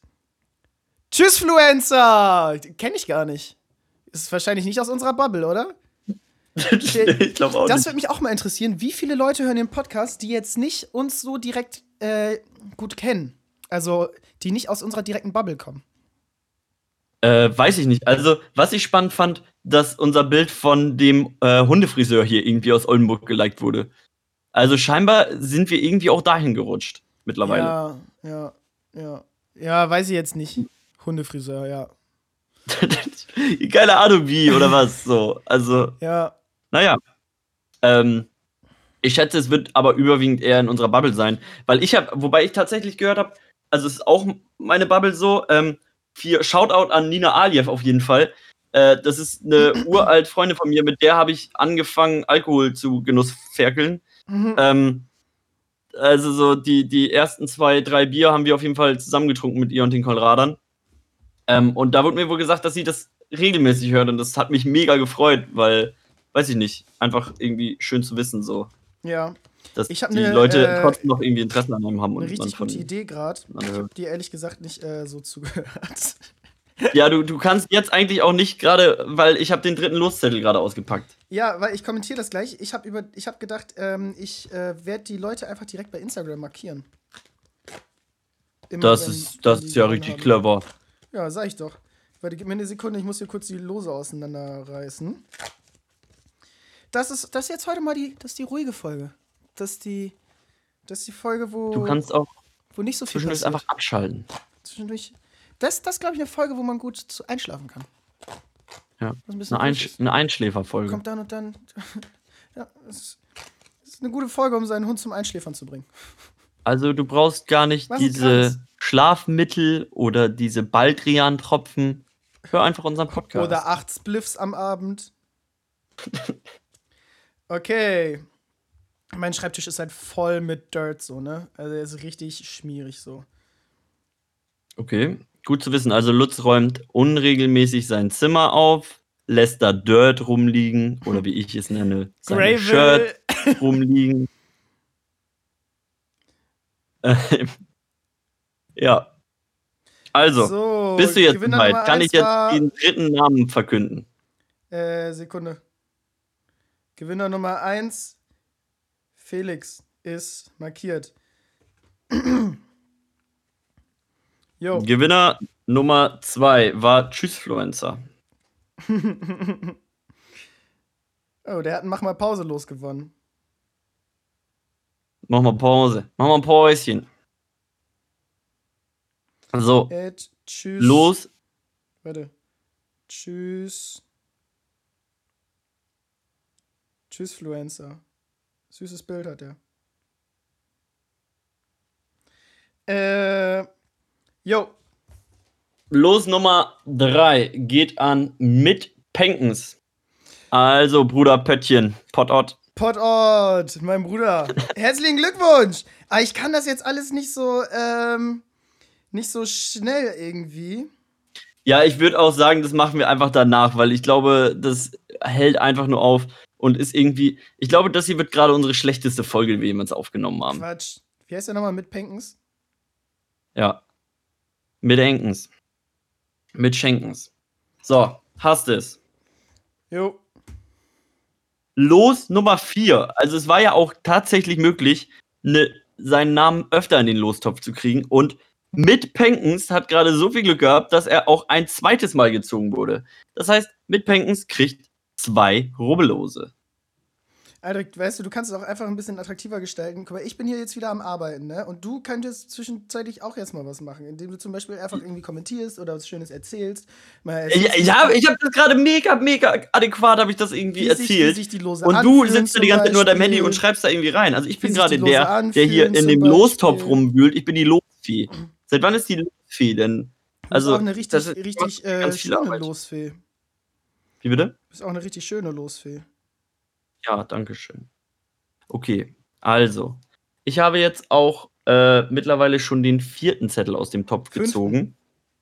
A: Tschüssfluencer. Kenn ich gar nicht. Ist wahrscheinlich nicht aus unserer Bubble, oder?
B: Ich glaube auch
A: Das
B: nicht.
A: würde mich auch mal interessieren, wie viele Leute hören den Podcast, die jetzt nicht uns so direkt äh, gut kennen. Also, die nicht aus unserer direkten Bubble kommen.
B: Äh, weiß ich nicht. Also, was ich spannend fand, dass unser Bild von dem äh, Hundefriseur hier irgendwie aus Oldenburg geliked wurde. Also scheinbar sind wir irgendwie auch dahin gerutscht mittlerweile.
A: Ja, ja, ja. Ja, weiß ich jetzt nicht. Hundefriseur, ja.
B: Keine Ahnung wie oder was. So, also,
A: Ja.
B: naja. Ähm, ich schätze, es wird aber überwiegend eher in unserer Bubble sein. Weil ich habe, wobei ich tatsächlich gehört habe, also es ist auch meine Bubble so, ähm, für Shoutout an Nina Aliev auf jeden Fall. Äh, das ist eine uralt Freundin von mir, mit der habe ich angefangen, Alkohol zu genussferkeln.
A: Mhm.
B: Ähm, also so die, die ersten zwei, drei Bier haben wir auf jeden Fall zusammengetrunken mit ihr und den Kolradern. Ähm, und da wurde mir wohl gesagt, dass sie das regelmäßig hört und das hat mich mega gefreut, weil, weiß ich nicht, einfach irgendwie schön zu wissen, so,
A: Ja.
B: dass
A: Ich hab
B: die
A: ne,
B: Leute
A: äh,
B: trotzdem noch irgendwie Interesse an einem haben. Und
A: Eine richtig
B: man von,
A: gute Idee gerade. Ich
B: anhört.
A: habe dir ehrlich gesagt nicht äh, so zugehört.
B: Ja, du, du kannst jetzt eigentlich auch nicht gerade, weil ich habe den dritten Loszettel gerade ausgepackt.
A: Ja, weil ich kommentiere das gleich. Ich habe über, ich habe gedacht, ähm, ich äh, werde die Leute einfach direkt bei Instagram markieren. Immer,
B: Das
A: wenn-
B: ist,
A: wenn
B: das
A: die
B: ist ja
A: gewonnen
B: richtig
A: haben.
B: clever.
A: Ja, sag ich doch. Warte, gib mir eine Sekunde, ich muss hier kurz die Lose auseinanderreißen. Das ist, das ist jetzt heute mal die, das ist die ruhige Folge. Das ist die, das ist die Folge, wo,
B: Du kannst auch
A: wo nicht so viel
B: zwischendurch
A: passiert.
B: einfach abschalten.
A: Zwischendurch. Das, das glaube ich, eine Folge, wo man gut zu einschlafen kann.
B: Ja.
A: Was ein bisschen
B: Eine,
A: ruhig
B: Einsch
A: ist.
B: eine Einschläferfolge.
A: Kommt dann und dann. Ja, es ist, es ist eine gute Folge, um seinen Hund zum Einschläfern zu bringen.
B: Also du brauchst gar nicht
A: Was ein
B: diese
A: Kranz.
B: Schlafmittel oder diese Baldrian-Tropfen. Hör einfach unseren Podcast.
A: Oder acht Spliffs am Abend. Okay. Mein Schreibtisch ist halt voll mit Dirt, so, ne? Also er ist richtig schmierig so.
B: Okay, gut zu wissen. Also Lutz räumt unregelmäßig sein Zimmer auf, lässt da Dirt rumliegen oder wie ich es nenne, seine Shirt
A: Gravel.
B: rumliegen. Ähm, ja. Also,
A: So,
B: bist du jetzt
A: Gewinner
B: soweit?
A: Nummer
B: Kann
A: eins
B: ich jetzt
A: war-
B: den dritten Namen verkünden?
A: Äh, Sekunde. Gewinner Nummer eins, Felix, ist markiert. Jo.
B: Gewinner Nummer zwei war Tschüssfluencer.
A: Oh, der hat ein Mach mal Pause losgewonnen.
B: Mach mal Pause. Mach mal ein Päuschen. So,
A: Ed, tschüss.
B: los.
A: Warte. Tschüss. Tschüss, Fluencer. Süßes Bild hat er. Äh. Jo.
B: Los Nummer drei geht an mit Penkens. Also, Bruder Pöttchen, Pottot.
A: Potort, mein Bruder. Herzlichen Glückwunsch. Aber ich kann das jetzt alles nicht so, ähm, nicht so schnell irgendwie.
B: Ja, ich würde auch sagen, das machen wir einfach danach, weil ich glaube, das hält einfach nur auf und ist irgendwie. Ich glaube, das hier wird gerade unsere schlechteste Folge, die wir jemals aufgenommen haben.
A: Quatsch. Wie heißt der nochmal mit Penkens?
B: Ja. Mit Enkens. Mit Schenkens. So, hast es.
A: Jo.
B: Los Nummer vier. Also es war ja auch tatsächlich möglich, ne, seinen Namen öfter in den Lostopf zu kriegen. Und mit Penkens hat gerade so viel Glück gehabt, dass er auch ein zweites Mal gezogen wurde. Das heißt, mit Penkens kriegt zwei Rubbellose.
A: Aldrich, weißt du, du kannst es auch einfach ein bisschen attraktiver gestalten. Guck mal, ich bin hier jetzt wieder am Arbeiten, ne? Und du könntest zwischenzeitlich auch jetzt mal was machen, indem du zum Beispiel einfach irgendwie kommentierst oder was Schönes erzählst. Mal
B: Ich,
A: erzählst,
B: ich habe ich hab das gerade mega, mega adäquat, habe ich das irgendwie
A: wie sich, wie
B: erzählt.
A: sich die Lose
B: Und du
A: anfühlen
B: sitzt da
A: zum
B: die ganze Zeit nur an deinem
A: Beispiel.
B: Handy und schreibst da irgendwie rein. Also ich
A: Wie
B: bin
A: sich
B: gerade
A: die Lose
B: der, der hier
A: anfühlen
B: in
A: zum
B: dem Lostopf
A: Beispiel.
B: rumwühlt. Ich bin die Losfee. Seit wann ist die Losfee denn?
A: Du bist
B: Also,
A: auch eine
B: das
A: richtig,
B: ist
A: richtig äh,
B: ganz viel
A: schöne
B: Arbeit.
A: Losfee.
B: Wie bitte?
A: Du bist auch eine richtig schöne Losfee.
B: Ja, danke schön. Okay, also. Ich habe jetzt auch äh, mittlerweile schon den vierten Zettel aus dem Topf
A: Fünften.
B: gezogen.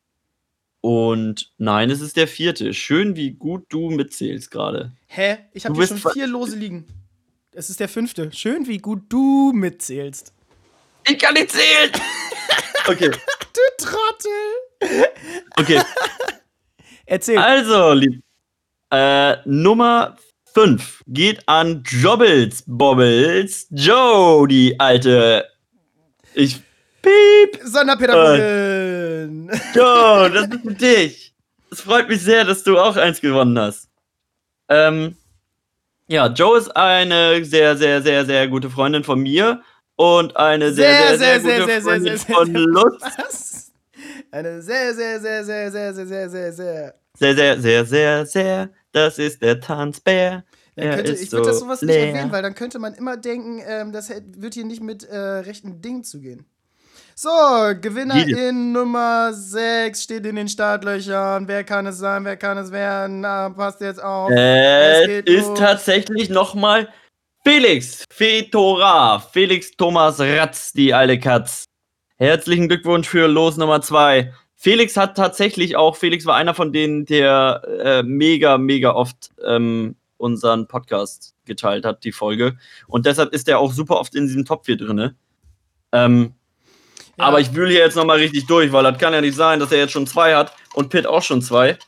B: Und nein, es ist der vierte. Schön, wie gut du mitzählst gerade.
A: Hä? Ich habe
B: Du
A: hier
B: bist
A: schon
B: ver-
A: vier Lose liegen. Es ist der fünfte. Schön, wie gut du mitzählst.
B: Ich kann nicht zählen! Okay,
A: Du Trottel!
B: okay.
A: Erzähl.
B: Also, lieb. Äh, Nummer fünf geht an Jobbles Bobbles Joe, die alte. Ich. Piep!
A: Sonderpädagogin.
B: Joe, das ist für dich. Es freut mich sehr, dass du auch eins gewonnen hast. Ähm, ja, Joe ist eine sehr, sehr, sehr, sehr gute Freundin von mir und eine sehr, sehr, sehr, gute
A: sehr,
B: Freundin
A: sehr,
B: von Lutz.
A: Was? Eine sehr, sehr, sehr, sehr, sehr, sehr, sehr, sehr, sehr.
B: Sehr, sehr, sehr, sehr, sehr. Das ist der Tanzbär.
A: Dann
B: Er
A: könnte,
B: ist
A: ich würde das
B: so
A: sowas
B: leer.
A: nicht erwähnen, weil dann könnte man immer denken, ähm, das hätt- wird hier nicht mit äh, rechten Dingen zugehen. So, Gewinnerin Nummer sechs steht in den Startlöchern. Wer kann es sein? Wer kann es werden? Na, passt jetzt auf.
B: Es
A: geht
B: ist
A: los.
B: tatsächlich nochmal Felix Fetora. Felix Thomas Ratz, die alte Katz. Herzlichen Glückwunsch für Los Nummer zwei. Felix hat tatsächlich auch, Felix war einer von denen, der äh, mega, mega oft ähm, unseren Podcast geteilt hat, die Folge. Und deshalb ist er auch super oft in diesem Top vier drin. Ähm,
A: Ja.
B: Aber ich wühle hier jetzt nochmal richtig durch, weil das kann ja nicht sein, dass er jetzt schon zwei hat und Pitt auch schon zwei.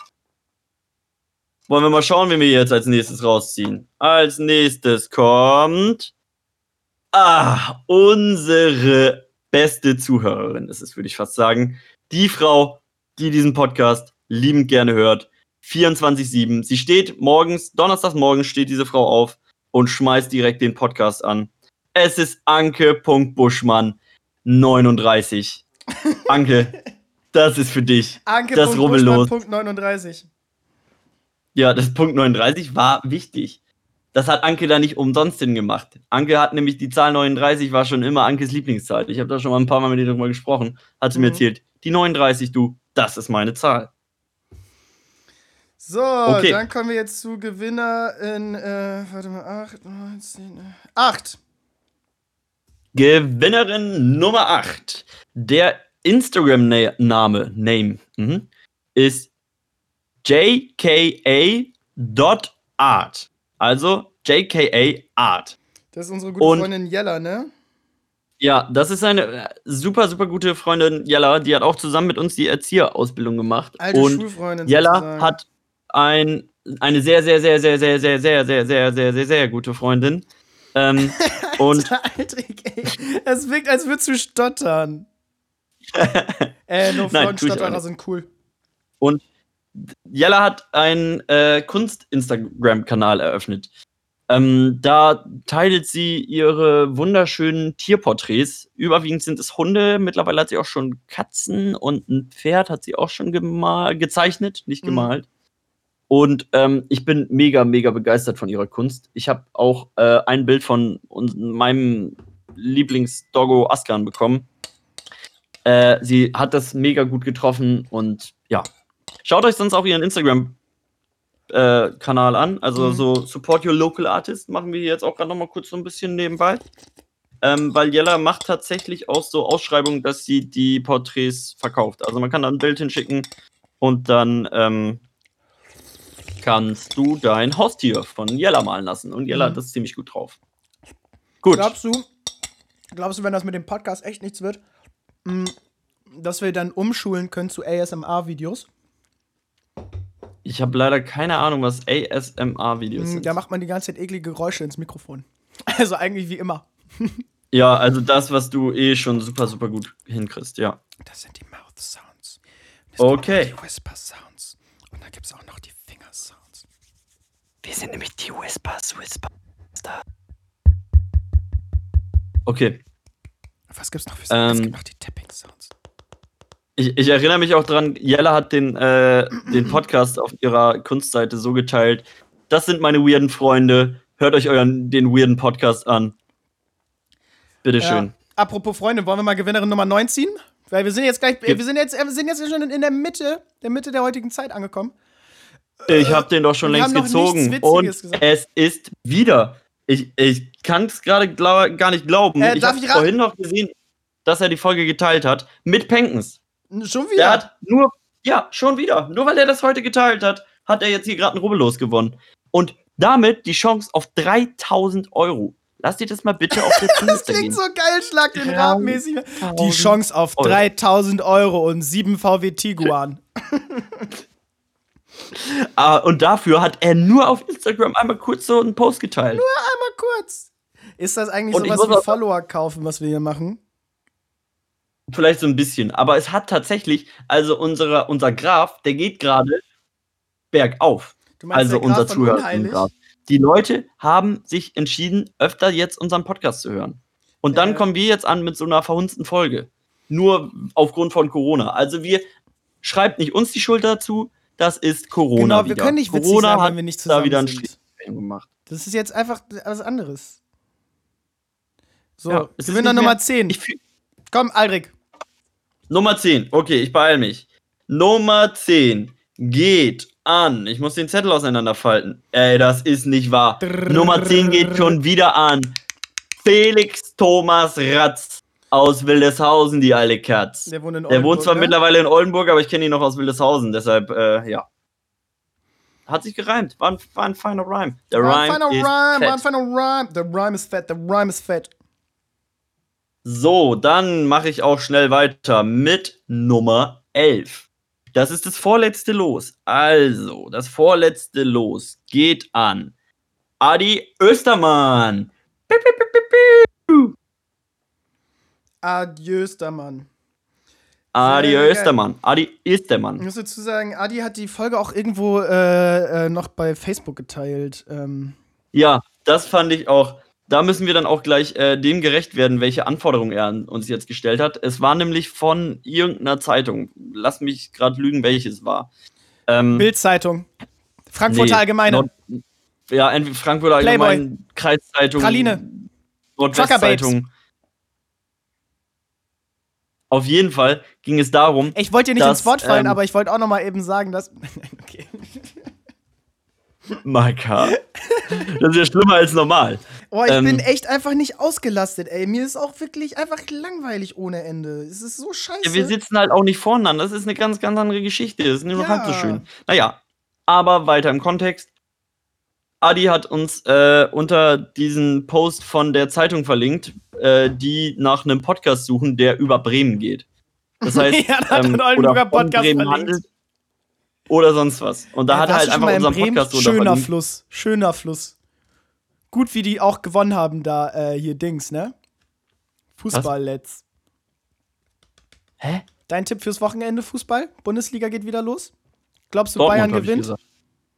B: Wollen wir mal schauen, wen wir jetzt als nächstes rausziehen. Als nächstes kommt. Ah, unsere beste Zuhörerin ist es, würde ich fast sagen. Die Frau, die diesen Podcast liebend gerne hört. vierundzwanzig sieben. Sie steht morgens, donnerstags morgens steht diese Frau auf und schmeißt direkt den Podcast an. Es ist Anke.Buschmann neununddreißig. Anke, das ist für dich.
A: Anke.
B: Das rubbellos.
A: Punkt neununddreißig.
B: Ja, das Punkt neununddreißig war wichtig. Das hat Anke da nicht umsonst hingemacht. Anke hat nämlich die Zahl neununddreißig, war schon immer Ankes Lieblingszahl. Ich habe da schon mal ein paar Mal mit ihr drüber gesprochen. Hat sie
A: Mhm.
B: mir erzählt, die neununddreißig, du, das ist meine Zahl.
A: So,
B: Okay.
A: dann kommen wir jetzt zu Gewinner in, äh, warte mal, acht, neun, zehn, acht.
B: Gewinnerin Nummer acht. Der Instagram-Name Name, mhm, ist J K A Art. Also J K A Art.
A: Das ist unsere gute
B: Und-
A: Freundin Jella, ne?
B: Ja, das ist eine äh, super, super gute Freundin, Jella. Die hat auch zusammen mit uns die Erzieherausbildung gemacht.
A: Alte
B: und
A: Schulfreundin
B: Jella
A: sozusagen.
B: hat ein, eine sehr, sehr, sehr, sehr, sehr, sehr, sehr, sehr, sehr, sehr, sehr, sehr gute Freundin. Ähm, und
A: Aldrich, ey. Es wirkt, als würdest du stottern. äh, nur
B: Nein,
A: Frauen
B: tu ich auch
A: Stotterer
B: nicht.
A: sind cool.
B: Und Jella hat einen äh, Kunst-Instagram-Kanal eröffnet. Ähm, da teilt sie ihre wunderschönen Tierporträts. Überwiegend sind es Hunde. Mittlerweile hat sie auch schon Katzen und ein Pferd hat sie auch schon gema- gezeichnet, nicht
A: Mhm.
B: gemalt. Und ähm, ich bin mega, mega begeistert von ihrer Kunst. Ich habe auch äh, ein Bild von uns, meinem Lieblingsdoggo Askan bekommen. Äh, sie hat das mega gut getroffen und ja. Schaut euch sonst auch ihren Instagram-Kanal an. Also
A: Mhm.
B: so Support Your Local Artist machen wir jetzt auch gerade noch mal kurz so ein bisschen nebenbei. Ähm, weil Jella macht tatsächlich auch so Ausschreibungen, dass sie die Porträts verkauft. Also man kann da ein Bild hinschicken und dann ähm, kannst du dein Haustier von Jella malen lassen. Und Jella
A: Mhm.
B: hat das ziemlich gut drauf. Gut.
A: Glaubst du, glaubst du, wenn das mit dem Podcast echt nichts wird, mh, dass wir dann umschulen können zu A S M R-Videos?
B: Ich habe leider keine Ahnung, was A S M R-Videos
A: Mh,
B: sind.
A: Da macht man die ganze Zeit eklige Geräusche ins Mikrofon. Also eigentlich wie immer.
B: Ja, also das, was du eh schon super, super gut hinkriegst, ja.
A: Das sind die Mouth Sounds. Und es
B: Okay.
A: gibt noch die Whisper Sounds. Und da gibt es auch noch die Finger Sounds.
B: Wir sind nämlich die Whispers, Whisper. Okay.
A: Was gibt's noch für
B: Ähm,
A: Es gibt noch die Tapping-Sounds.
B: Ich, ich erinnere mich auch dran, Jella hat den, äh, den Podcast auf ihrer Kunstseite so geteilt. Das sind meine weirden Freunde. Hört euch euren, den weirden Podcast an. Bitteschön.
A: Ja. Apropos Freunde, wollen wir mal Gewinnerin Nummer neun ziehen? Weil wir sind jetzt gleich,
B: Gib-
A: wir sind jetzt, wir sind jetzt schon in der Mitte, der Mitte der heutigen Zeit angekommen.
B: Ich habe den doch schon
A: wir
B: längst
A: haben noch
B: gezogen.
A: nichts
B: Und
A: Witziges gesagt.
B: es ist wieder. Ich, ich kann es gerade glau- gar nicht glauben.
A: Äh,
B: ich
A: darf
B: habe
A: ich ra-
B: vorhin noch gesehen, dass er die Folge geteilt hat. Mit Penkens.
A: Schon
B: Der
A: wieder.
B: hat nur, ja, schon wieder. Nur weil er das heute geteilt hat, hat er jetzt hier gerade einen Rubbellos gewonnen. Und damit die Chance auf dreitausend Euro. Lass dir das mal bitte auf der
A: Das
B: Zunge
A: klingt
B: gehen.
A: so geil, schlag den Rab mäßig. Die
B: dreitausend
A: Chance auf
B: Euro.
A: dreitausend Euro und sieben V W Tiguan.
B: Ah, und dafür hat er nur auf Instagram einmal kurz so einen Post geteilt.
A: Einmal kurz. Ist das eigentlich
B: Und ich
A: sowas
B: muss
A: wie
B: auch-
A: Follower kaufen, was wir hier machen?
B: Vielleicht so ein bisschen. Aber es hat tatsächlich, also unsere, unser Graph, der geht gerade bergauf.
A: Du meinst
B: Also
A: der Graf
B: unser
A: von
B: Zuhörer.
A: Unheilig?
B: Die Leute haben sich entschieden, öfter jetzt unseren Podcast zu hören. Und dann
A: Ja.
B: kommen wir jetzt an mit so einer verhunzten Folge. Nur aufgrund von Corona. Also wir schreibt nicht uns die Schuld dazu, das ist Corona
A: Genau, wir
B: wieder.
A: können nicht witzig
B: Corona
A: sein,
B: hat
A: wenn wir nicht
B: da
A: zusammen
B: wieder einen
A: sind.
B: Strich gemacht.
A: Das ist jetzt einfach was anderes. So,
B: Ja, es ist
A: Gewinner
B: nicht
A: Nummer
B: mehr-
A: zehn.
B: Ich fühl-
A: Komm, Aldrich.
B: Nummer zehn. Okay, ich beeil mich. Nummer zehn geht an. Ich muss den Zettel auseinanderfalten. Ey, das ist nicht wahr.
A: Drrrr.
B: Nummer zehn geht schon wieder an. Felix Thomas Ratz aus Wildeshausen, die alte Katz.
A: Der wohnt in
B: Der wohnt zwar
A: ne?
B: mittlerweile in Oldenburg, aber ich kenne ihn noch aus Wildeshausen. Deshalb, äh, ja. Hat sich gereimt. War ein, war ein feiner Rhyme. Der
A: War ein
B: Rhyme
A: feiner
B: ist
A: Rhyme, war ein
B: fett.
A: feiner Rhyme. Der Rhyme ist fett, der Rhyme ist fett.
B: So, dann mache ich auch schnell weiter mit Nummer elf. Das ist das vorletzte Los. Also, das vorletzte Los geht an Adi Östermann. Piu, piu, piu, piu, piu.
A: Adios, der Mann.
B: Adi
A: Sehr geil.
B: Östermann. Adi ist der
A: Ich
B: Mann.
A: muss dazu sagen, Adi hat die Folge auch irgendwo äh, äh, noch bei Facebook geteilt. Ähm,
B: Ja, das fand ich auch. Da müssen wir dann auch gleich äh, dem gerecht werden, welche Anforderungen er an uns jetzt gestellt hat. Es war nämlich von irgendeiner Zeitung. Lass mich gerade lügen, welches war. Ähm,
A: Bild-Zeitung. Frankfurter
B: nee,
A: Allgemeine.
B: Nord- ja, entweder Frankfurter
A: Playboy.
B: Allgemeine, Kreiszeitung,
A: Praline.
B: Nordwestzeitung. Auf jeden Fall ging es darum,
A: Ich wollte dir nicht
B: Das,
A: ins Wort fallen,
B: ähm,
A: aber ich wollte auch noch mal eben sagen, dass. Okay.
B: Maika, das ist ja schlimmer als normal.
A: Oh, ich
B: Ähm,
A: bin echt einfach nicht ausgelastet, ey. Mir ist auch wirklich einfach langweilig ohne Ende. Es ist so scheiße.
B: Ja, wir sitzen halt auch nicht voneinander. Das ist eine ganz, ganz andere Geschichte. Das ist nur noch
A: Ja.
B: halb so schön. Naja, aber weiter im Kontext. Adi hat uns äh, unter diesen Post von der Zeitung verlinkt, äh, die nach einem Podcast suchen, der über Bremen geht. Das heißt,
A: Ja, da hat
B: ähm,
A: ein Oldenburger
B: oder von
A: Podcast
B: Bremen
A: verlinkt.
B: handelt oder sonst was. Und da
A: Ja,
B: hat er
A: warst
B: halt
A: du schon
B: einfach
A: mal in
B: unseren
A: Bremen?
B: Podcast
A: Schöner
B: verlinkt.
A: Fluss. Schöner Fluss. Gut, wie die auch gewonnen haben, da äh, hier Dings, ne? Fußball-Let's.
B: Hä?
A: Dein Tipp fürs Wochenende: Fußball? Bundesliga geht wieder los? Glaubst du,
B: Dortmund,
A: Bayern
B: hab ich
A: gewinnt?
B: gesagt.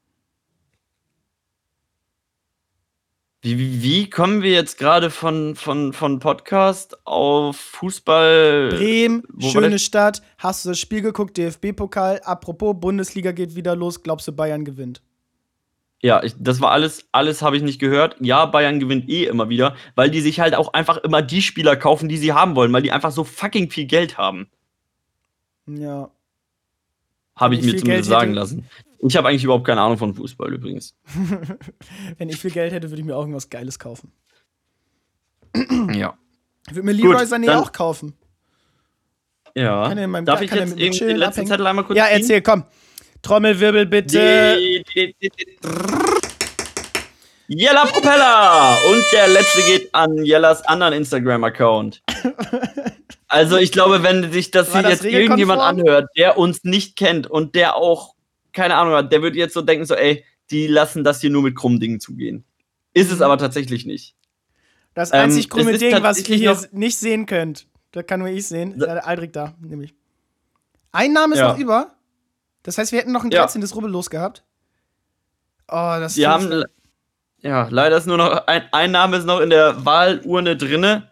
B: Wie, wie, wie kommen wir jetzt gerade von, von, von Podcast auf Fußball?
A: Bremen,
B: Wo war
A: schöne
B: der-
A: Stadt. Hast du das Spiel geguckt? D F B-Pokal. Apropos, Bundesliga geht wieder los. Glaubst du, Bayern gewinnt?
B: Ja, ich, das war alles, alles habe ich nicht gehört. Ja, Bayern gewinnt eh immer wieder, weil die sich halt auch einfach immer die Spieler kaufen, die sie haben wollen, weil die einfach so fucking viel Geld haben.
A: Ja.
B: Habe ich
A: Wenn ich
B: mir
A: viel
B: zumindest
A: Geld
B: sagen
A: hätte-
B: lassen. Ich habe eigentlich überhaupt keine Ahnung von Fußball übrigens.
A: Wenn ich viel Geld hätte, würde ich mir auch irgendwas Geiles kaufen.
B: Ja.
A: Ich würde mir Leroy
B: Gut,
A: Sané
B: dann-
A: auch kaufen.
B: Ja.
A: Kann er in meinem
B: Darf
A: Gar-
B: ich
A: kann er
B: jetzt
A: mit mir
B: irgendwie den
A: chillen,
B: letzten
A: abhängen?
B: Zettel einmal kurz
A: Ja,
B: ziehen?
A: erzähl, komm. Trommelwirbel bitte.
B: Die- die- die- die- Jella Propeller! Und der letzte geht an Jellas anderen Instagram-Account. Also ich glaube, wenn sich das
A: War
B: hier
A: das
B: jetzt irgendjemand
A: regelkonform?
B: anhört, der uns nicht kennt und der auch keine Ahnung hat, der wird jetzt so denken, so ey, die lassen das hier nur mit krummen Dingen zugehen. Ist es
A: Mhm.
B: aber tatsächlich nicht.
A: Das
B: Ähm,
A: einzig krumme
B: es ist
A: Ding, was ihr
B: tatsächlich
A: hier
B: noch-
A: nicht sehen könnt, das kann nur ich sehen, ist
B: Sa-
A: der Aldrich da, nämlich. Ein Name ist
B: Ja.
A: noch über. Das heißt, wir hätten noch ein
B: Ja.
A: dreizehntes Rubbellos gehabt. Oh, das
B: Die
A: tut-
B: haben, ja, leider ist nur noch ein, ein Name ist noch in der Wahlurne drinne.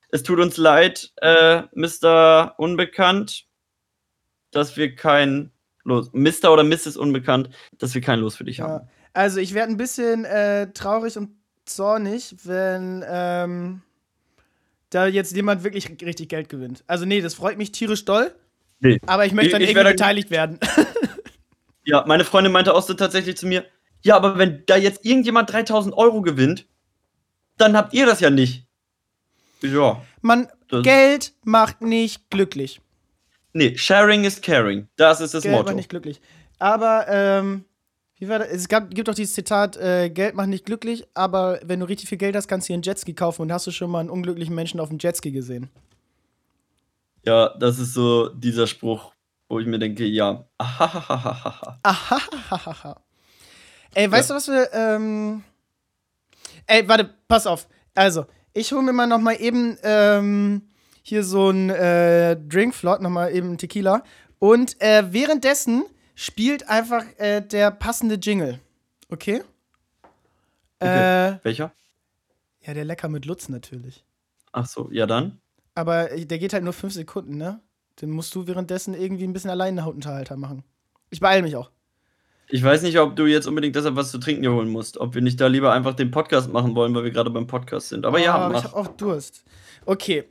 B: Es tut uns leid, äh, Mister Unbekannt, dass wir kein Los. Mister oder Misses Unbekannt, dass wir kein Los für dich
A: Ja.
B: haben.
A: Also, ich werde ein bisschen äh, traurig und zornig, wenn ähm, da jetzt jemand wirklich richtig Geld gewinnt. Also, nee, das freut mich tierisch doll.
B: Nee.
A: Aber ich möchte
B: Ich-
A: dann
B: ich
A: irgendwie
B: werde-
A: beteiligt werden.
B: Ja, meine Freundin meinte auch so tatsächlich zu mir, ja, aber wenn da jetzt irgendjemand dreitausend Euro gewinnt, dann habt ihr das ja nicht. Ja.
A: Man,
B: Das-
A: Geld macht nicht glücklich.
B: Nee, sharing is caring. Das ist das
A: Geld
B: Motto.
A: macht nicht glücklich. Aber, ähm, wie war das? Es gab, gibt doch dieses Zitat, äh, Geld macht nicht glücklich, aber wenn du richtig viel Geld hast, kannst du dir einen Jetski kaufen. Und hast du schon mal einen unglücklichen Menschen auf dem Jetski gesehen?
B: Ja, das ist so dieser Spruch, wo ich mir denke, ja. Ahahahaha.
A: Ahahaha. Ey, weißt du, was wir, ähm. Ey, warte, pass auf. Also, ich hole mir mal noch mal eben, ähm, hier so ein äh, Drinkflot, noch mal eben Tequila. Und äh, währenddessen spielt einfach äh, der passende Jingle. Okay?
B: Okay.
A: Äh,
B: Welcher?
A: ja, der Lecker mit Lutz natürlich.
B: Ach so, ja dann.
A: Aber äh, der geht halt nur fünf Sekunden, ne? Den musst du währenddessen irgendwie ein bisschen alleine Unterhalter machen. Ich beeile mich auch.
B: Ich weiß nicht, ob du jetzt unbedingt deshalb was zu trinken hier holen musst. Ob wir nicht da lieber einfach den Podcast machen wollen, weil wir gerade beim Podcast sind. Aber
A: oh,
B: ja,
A: ich
B: mach.
A: habe auch Durst. Okay.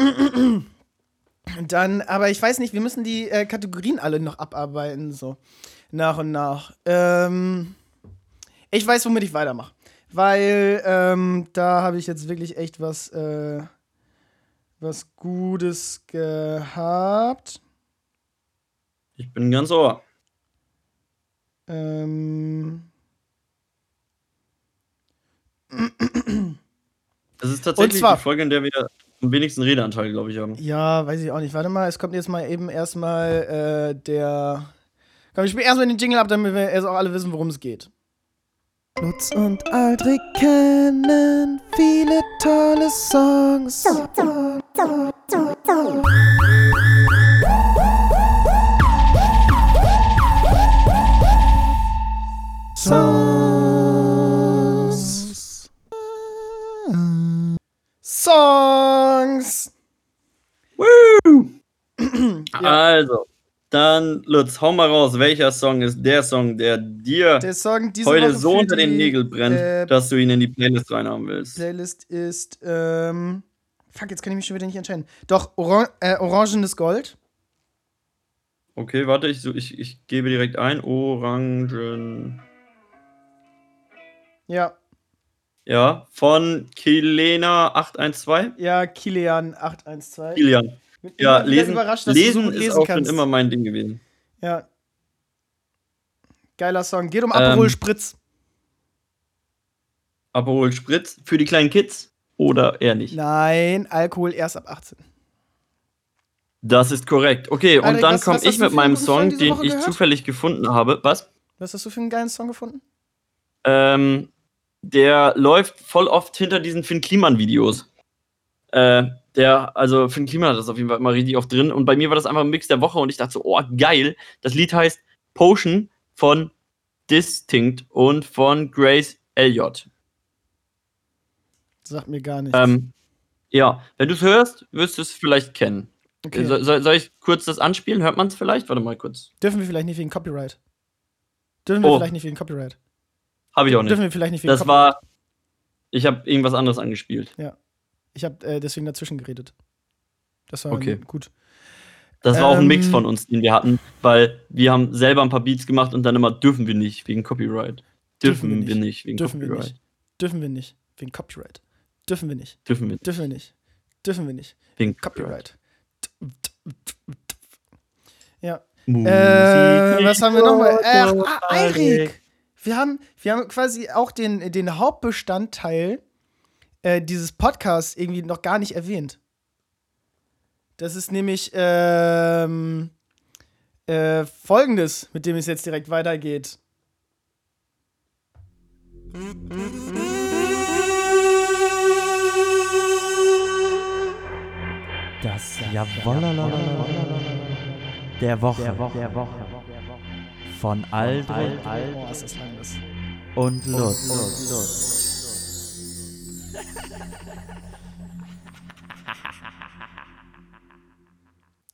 A: Dann, aber ich weiß nicht, wir müssen die äh, Kategorien alle noch abarbeiten, so nach und nach. Ähm, ich weiß, womit ich weitermache. Weil ähm, da habe ich jetzt wirklich echt was, äh, was Gutes gehabt.
B: Ich bin ganz ohr.
A: Ähm.
B: Das ist tatsächlich
A: Und zwar-
B: die Folge, in der wir am wenigsten Redeanteil, glaube ich, haben.
A: Ja, weiß ich auch nicht. Warte mal, es kommt jetzt mal eben erstmal äh, der. Komm, ich spiele erstmal den Jingle ab, damit wir erst auch alle wissen, worum es geht. Lutz und Aldrich kennen viele tolle Songs. Songs. Songs.
B: Also, dann, Lutz, hau mal raus. Welcher Song ist der Song, der dir
A: Der Song diese
B: heute
A: Woche
B: so
A: für
B: unter den
A: die,
B: Nägeln brennt,
A: äh,
B: dass du ihn in die Playlist reinhaben willst?
A: Playlist ist, ähm, fuck, jetzt kann ich mich schon wieder nicht entscheiden. Doch, Oran äh, Orangenes Gold.
B: Okay, warte, ich, so- ich, ich gebe direkt ein. Orangen.
A: Ja,
B: Ja, von Kilena acht eins zwei.
A: ja, Kilian acht eins zwei.
B: Kilian.
A: Bin
B: Ja,
A: immer wieder
B: lesen,
A: überrascht, dass du so
B: lesen
A: gut
B: ist
A: lesen
B: auch
A: kannst.
B: schon immer mein Ding gewesen.
A: Ja. Geiler Song. Geht um Aperol
B: Ähm,
A: Spritz.
B: Aperol Spritz für die kleinen Kids oder eher nicht?
A: Nein, Alkohol erst ab achtzehn.
B: Das ist korrekt. Okay, und
A: Alter,
B: dann
A: was-
B: komme
A: was hast
B: ich
A: du
B: mit
A: für einen
B: meinem
A: guten Song
B: Song,
A: diese
B: den
A: Woche
B: ich
A: gehört?
B: zufällig gefunden habe. Was?
A: Was hast du für einen geilen Song gefunden?
B: Ähm, der läuft voll oft hinter diesen Finn Kliman-Videos. Äh, der, also Finn Kliman hat das auf jeden Fall immer richtig oft drin. Und bei mir war das einfach ein Mix der Woche und ich dachte so, oh, geil. Das Lied heißt Potion von Distinct und von Grace Elliott.
A: Sagt mir gar nichts.
B: Ähm, ja, wenn du es hörst, wirst du es vielleicht kennen.
A: okay.
B: So, soll, soll ich kurz das anspielen? Hört man es vielleicht? Warte mal kurz.
A: Dürfen wir vielleicht nicht wegen Copyright? Dürfen wir
B: Oh.
A: vielleicht nicht wegen Copyright?
B: Habe ich auch nicht.
A: Dürfen wir vielleicht nicht wegen
B: Das
A: Copyright?
B: war. Ich habe irgendwas anderes angespielt.
A: Ich habe äh, deswegen dazwischen geredet. Das war
B: Okay.
A: gut.
B: Das war auch ein Mix
A: Ähm.
B: von uns, den wir hatten, weil wir haben selber ein paar Beats gemacht und dann immer dürfen wir nicht wegen Copyright. Dürfen,
A: Dürfen wir
B: wir
A: nicht.
B: nicht wegen
A: Dürfen wir
B: Copyright.
A: nicht. Dürfen wir nicht wegen Copyright. Dürfen wir nicht.
B: Dürfen wir nicht
A: Dürfen wir nicht. Dürfen wir nicht.
B: wegen Copyright.
A: Copyright. Ja.
B: Musik
A: Äh, was haben wir nochmal? Äh,
B: so
A: ah, Eirik. Wir haben, wir haben quasi auch den, den Hauptbestandteil äh, dieses Podcasts irgendwie noch gar nicht erwähnt. Das ist nämlich ähm, äh, Folgendes, mit dem es jetzt direkt weitergeht.
C: Das Jawollalala der Woche. Der Woche. Von Aldrich
A: Oh, ist das lang, das.
C: und Lutz.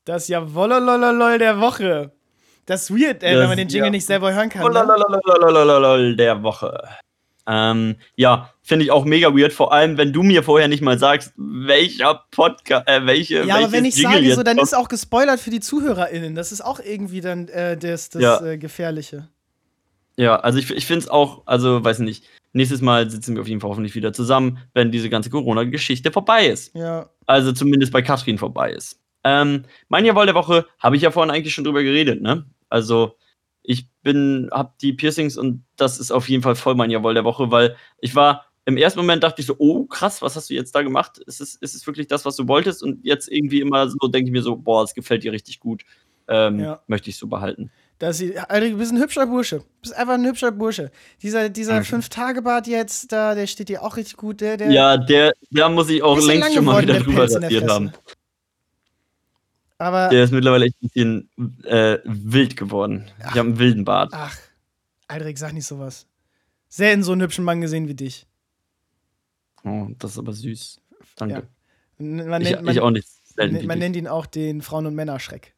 A: Das Jawollolololol der Woche. Das ist weird, ey,
B: Das
A: wenn man den Jingle
B: ja-
A: nicht selber hören kann. Ne?
B: Lalalalalalalalalal der Woche. Ähm, ja, finde ich auch mega weird, vor allem, wenn du mir vorher nicht mal sagst, welcher Podcast, äh, welche,
A: Ja, aber wenn ich
B: Jingle
A: sage,
B: jetzt
A: so, dann
B: kommt.
A: ist auch gespoilert für die ZuhörerInnen. Das ist auch irgendwie dann äh, das, das
B: Ja.
A: äh, Gefährliche.
B: Ja, also ich, ich finde es auch, also weiß nicht, nächstes Mal sitzen wir auf jeden Fall hoffentlich wieder zusammen, wenn diese ganze Corona-Geschichte vorbei ist.
A: Ja.
B: Also zumindest bei Katrin vorbei ist. Ähm, mein Jawohl der Woche habe ich ja vorhin eigentlich schon drüber geredet, ne? Also ich bin, hab die Piercings und das ist auf jeden Fall voll mein Jawohl der Woche, weil ich war, im ersten Moment dachte ich so, oh krass, was hast du jetzt da gemacht? Ist es, ist es wirklich das, was du wolltest? Und jetzt irgendwie immer so, denke ich mir so, boah, es gefällt dir richtig gut. Ähm,
A: Ja.
B: Möchte ich so behalten.
A: Das, Alter, du bist ein hübscher Bursche. Du bist einfach ein hübscher Bursche. Dieser, dieser
B: Danke.
A: Fünf-Tage-Bart jetzt, da, der steht dir auch richtig gut. Der, der
B: Ja, der, da muss ich auch
A: bisschen
B: längst
A: lang
B: schon mal
A: geworden,
B: wieder
A: der
B: drüber
A: Pelz in der
B: rasiert
A: Fresse.
B: haben.
A: Aber,
B: Der ist mittlerweile echt ein bisschen äh, wild geworden. Ich habe einen wilden Bart.
A: ach, Aldrich, sag nicht sowas. Selten so einen hübschen Mann gesehen wie dich.
B: Oh, das ist aber süß. Danke.
A: N- Man
B: Ich,
A: nennt, man,
B: ich auch nicht selten
A: man,
B: wie
A: man
B: dich.
A: nennt ihn auch den Frauen- und Männerschreck.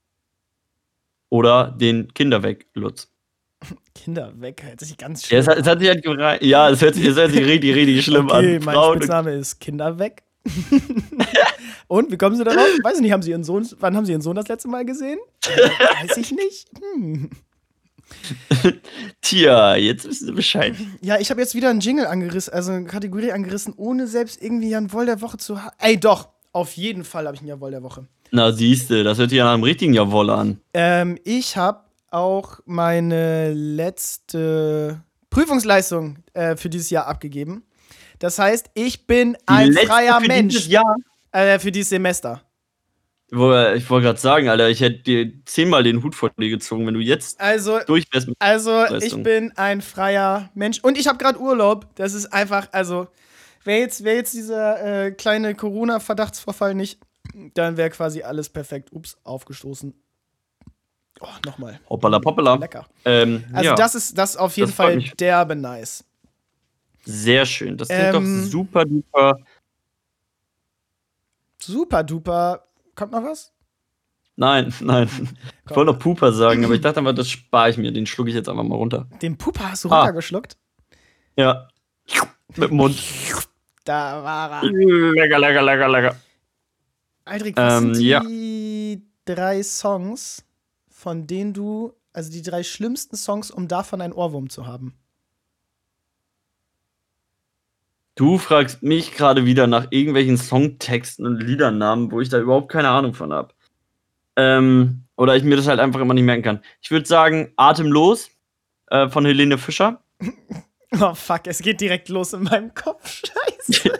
B: Oder den Kinderweg, Lutz.
A: Kinder weg, hört sich ganz
B: Ja,
A: schlimm
B: es, hat, es hat sich halt gereicht. Ja, es hört sich, es hört sich richtig, richtig schlimm
A: Okay,
B: an.
A: mein
B: Frauen und
A: Spitzname ist Kinder weg. Und, wie kommen Sie darauf? Weiß ich nicht, haben Sie Ihren Sohn, wann haben Sie Ihren Sohn das letzte Mal gesehen? Äh, weiß ich nicht. Hm.
B: Tja, jetzt wissen Sie Bescheid.
A: Ja, ich habe jetzt wieder einen Jingle angerissen, also eine Kategorie angerissen, ohne selbst irgendwie einen Woll der Woche zu haben. Ey, doch, auf jeden Fall habe ich einen Jawohl der Woche.
B: Na, siehste, das hört sich ja nach einem richtigen Jawohl an.
A: Ähm, ich habe auch meine letzte Prüfungsleistung äh, für dieses Jahr abgegeben. Das heißt, ich bin ein
B: Die letzte
A: freier
B: für
A: Mensch
B: dieses Jahr.
A: äh, für dieses Semester.
B: Wo- Ich wollte gerade sagen, Alter, ich hätte dir zehnmal den Hut vor dir gezogen, wenn du jetzt
A: Also,
B: durch wärst mit
A: also ich
B: Leistung.
A: bin ein freier Mensch und ich habe gerade Urlaub. Das ist einfach, also wäre jetzt, wär jetzt dieser äh, kleine Corona-Verdachtsvorfall nicht, dann wäre quasi alles perfekt. Ups, aufgestoßen. Oh, nochmal.
B: Hoppala poppala.
A: Lecker.
B: Ähm,
A: Also
B: ja,
A: das ist das ist auf jeden
B: Das freut
A: Fall
B: mich.
A: derbe nice.
B: sehr schön. Das klingt
A: Ähm,
B: doch super duper.
A: Super duper. Kommt noch was?
B: Nein, nein. Ich wollte noch Puper sagen, aber ich dachte einfach, das spare ich mir. Den schlucke ich jetzt einfach mal runter.
A: Den Pupa hast du
B: Ah.
A: runtergeschluckt?
B: Ja. Mit dem Mund.
A: Da war er.
B: Lecker, lecker, lecker, lecker.
A: Aldrich, was
B: Ähm,
A: sind
B: ja.
A: die drei Songs, von denen du, also die drei schlimmsten Songs, um davon einen Ohrwurm zu haben?
B: Du fragst mich gerade wieder nach irgendwelchen Songtexten und Liedernamen, wo ich da überhaupt keine Ahnung von habe. Ähm, oder ich mir das halt einfach immer nicht merken kann. Ich würde sagen, Atemlos äh, von Helene Fischer.
A: Oh fuck, es geht direkt los in meinem Kopf. Scheiße.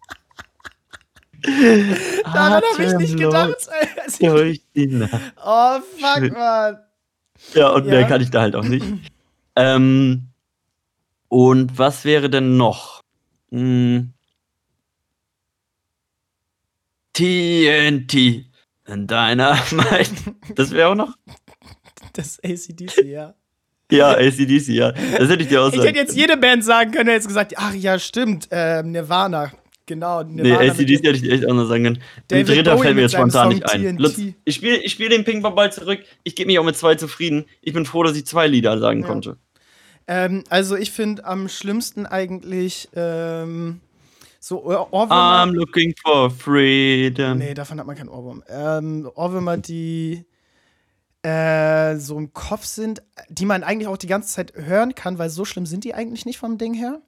A: Daran habe ich nicht gedacht. als ich-
B: Durch die Nacht.
A: Oh fuck,
B: Schön.
A: Mann.
B: Ja, und
A: Ja.
B: mehr kann ich da halt auch nicht. ähm, und was wäre denn noch? Hm. T N T in deiner Mind. Das wäre auch noch?
A: Das ist A C D C, ja.
B: Ja, A C D C, ja. Das hätte ich dir auch
A: Ich
B: sagen
A: hätte jetzt jede Band sagen können, jetzt gesagt, ach ja, stimmt, ähm, Nirvana. Genau,
B: Nee,
A: Nirvana.
B: A C D C hätte ich dir echt auch noch sagen können. Ein
A: David
B: dritter
A: Bowie
B: fällt mir
A: mit
B: jetzt spontan
A: seinem
B: nicht
A: Song
B: ein.
A: T N T.
B: Lutz, ich spiele ich spiel den Ping-Pong-Ball zurück. Ich gebe mich auch mit zwei zufrieden. Ich bin froh, dass ich zwei Lieder sagen
A: Ja.
B: konnte.
A: Ähm, also ich finde am schlimmsten eigentlich ähm, so Ohr Ohrwürmer.
B: I'm looking for freedom.
A: Nee, davon hat man keinen Ohrwurm. Ähm, Ohrwürmer, die äh, so im Kopf sind, die man eigentlich auch die ganze Zeit hören kann, weil so schlimm sind die eigentlich nicht vom Ding her.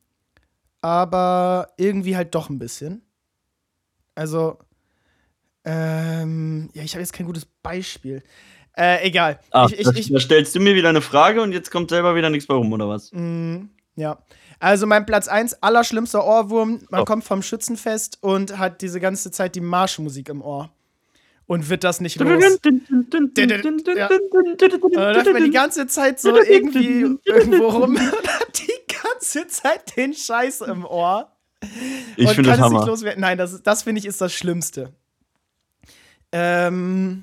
A: Aber irgendwie halt doch ein bisschen. Also, ähm, ja, ich habe jetzt kein gutes Beispiel. Äh, egal.
B: Ah,
A: ich, ich,
B: da,
A: ich,
B: da stellst du mir wieder eine Frage und jetzt kommt selber wieder nichts bei rum, oder was?
A: Mm, ja. Also mein Platz eins, allerschlimmster Ohrwurm. Man
B: Oh.
A: kommt vom Schützenfest und hat diese ganze Zeit die Marschmusik im Ohr. Und wird das nicht los. Und dann läuft man die ganze Zeit so irgendwie irgendwo rum und hat die ganze Zeit den Scheiß im Ohr.
B: Ich
A: und
B: finde das
A: kann es nicht
B: Hammer.
A: loswerden. Nein, das, das finde ich ist das Schlimmste. Ähm,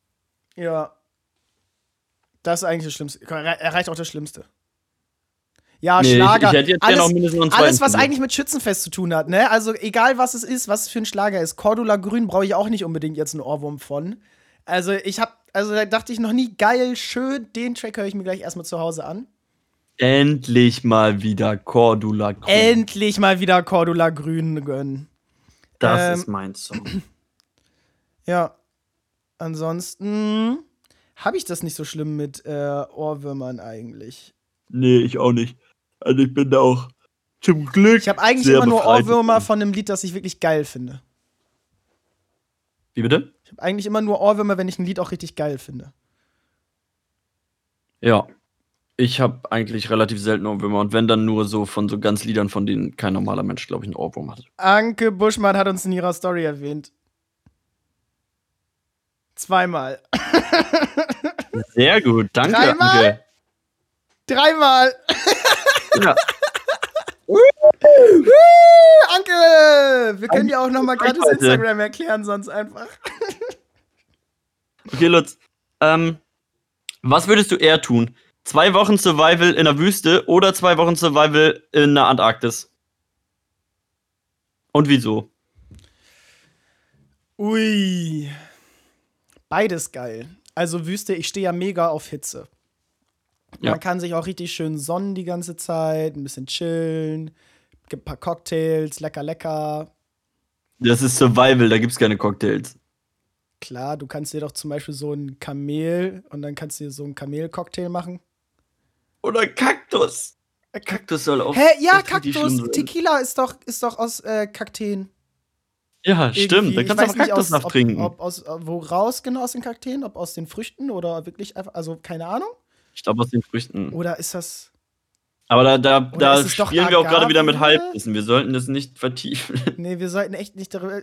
A: ja. Das ist eigentlich das Schlimmste. Er reicht auch das Schlimmste. Ja,
B: Nee, ich,
A: Schlager.
B: ich hätte jetzt gerne
A: alles,
B: noch mindestens noch einen zweiten
A: alles, was
B: Fünfer.
A: eigentlich mit Schützenfest zu tun hat, ne? Also egal, was es ist, was es für ein Schlager ist. Cordula Grün brauche ich auch nicht unbedingt jetzt einen Ohrwurm von. Also ich hab, also da dachte ich noch nie, geil, schön, den Track höre ich mir gleich erstmal zu Hause an.
B: Endlich mal wieder Cordula Grün.
A: Endlich mal wieder Cordula Grün gönnen.
B: Das
A: Ähm,
B: ist mein Song.
A: Ja. Ansonsten habe ich das nicht so schlimm mit äh, Ohrwürmern eigentlich.
B: Nee, ich auch nicht. Also ich bin da auch zum Glück
A: Ich habe eigentlich
B: sehr
A: immer nur
B: befreit
A: Ohrwürmer
B: davon.
A: von einem Lied, das ich wirklich geil finde.
B: Wie bitte?
A: Ich habe eigentlich immer nur Ohrwürmer, wenn ich ein Lied auch richtig geil finde.
B: Ja. Ich habe eigentlich relativ selten Ohrwürmer und wenn dann nur so von so ganz Liedern, von denen kein normaler Mensch, glaube ich, einen Ohrwurm hat.
A: Anke Buschmann hat uns in ihrer Story erwähnt. Zweimal.
B: Sehr gut, danke,
A: Dreimal?
B: Anke.
A: Dreimal.
B: Ja.
A: Anke! Wir können dir auch noch mal gratis
B: Reichweite.
A: Instagram erklären, sonst einfach.
B: Okay, Lutz. Ähm, was würdest du eher tun? Zwei Wochen Survival in der Wüste oder zwei Wochen Survival in der Antarktis? Und wieso?
A: Ui. Beides geil. Also Wüste, ich stehe ja mega auf Hitze.
B: Ja.
A: Man kann sich auch richtig schön sonnen die ganze Zeit, ein bisschen chillen, gibt ein paar Cocktails, lecker, lecker.
B: Das ist Survival, da gibt's keine Cocktails.
A: Klar, du kannst dir doch zum Beispiel so ein Kamel und dann kannst du dir so einen Kamel-Cocktail machen.
B: Oder Kaktus.
A: Äh,
B: Kaktus soll auch.
A: Hä? Ja,
B: auch richtig
A: Kaktus.
B: schlimm sein.
A: Tequila ist doch, ist doch aus äh, Kakteen.
B: Ja, stimmt. Da
A: Irgendwie.
B: kannst du
A: Ich weiß
B: aber
A: nicht,
B: Kaktussaft
A: aus, ob,
B: trinken.
A: Ob aus, äh, wo raus genau aus den Kakteen? Ob aus den Früchten oder wirklich einfach, also keine Ahnung.
B: Ich glaube aus den Früchten.
A: Oder ist das.
B: Aber da, da,
A: Oder
B: da
A: ist es doch
B: spielen wir auch gerade wieder mit
A: Agave?
B: Halbwissen. Wir sollten das nicht vertiefen.
A: Nee, wir sollten echt nicht darüber.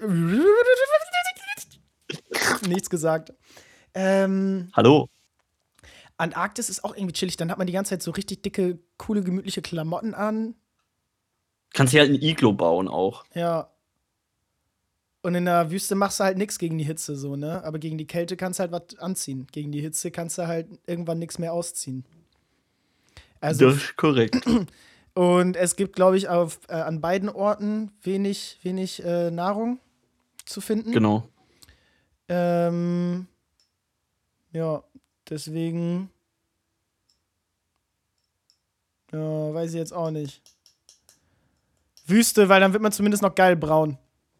A: Nichts gesagt. Ähm,
B: Hallo.
A: Antarktis ist auch irgendwie chillig. Dann hat man die ganze Zeit so richtig dicke, coole, gemütliche Klamotten an.
B: Kannst hier halt ein Iglo bauen auch.
A: Ja. Und in der Wüste machst du halt nichts gegen die Hitze, so, ne? Aber gegen die Kälte kannst du halt was anziehen. Gegen die Hitze kannst du halt irgendwann nichts mehr ausziehen. Also,
B: Das ist korrekt.
A: und es gibt, glaube ich, auf, äh, an beiden Orten wenig, wenig äh, Nahrung zu finden.
B: Genau.
A: Ähm, ja, deswegen. Ja, weiß ich jetzt auch nicht. Wüste, weil dann wird man zumindest noch geil braun.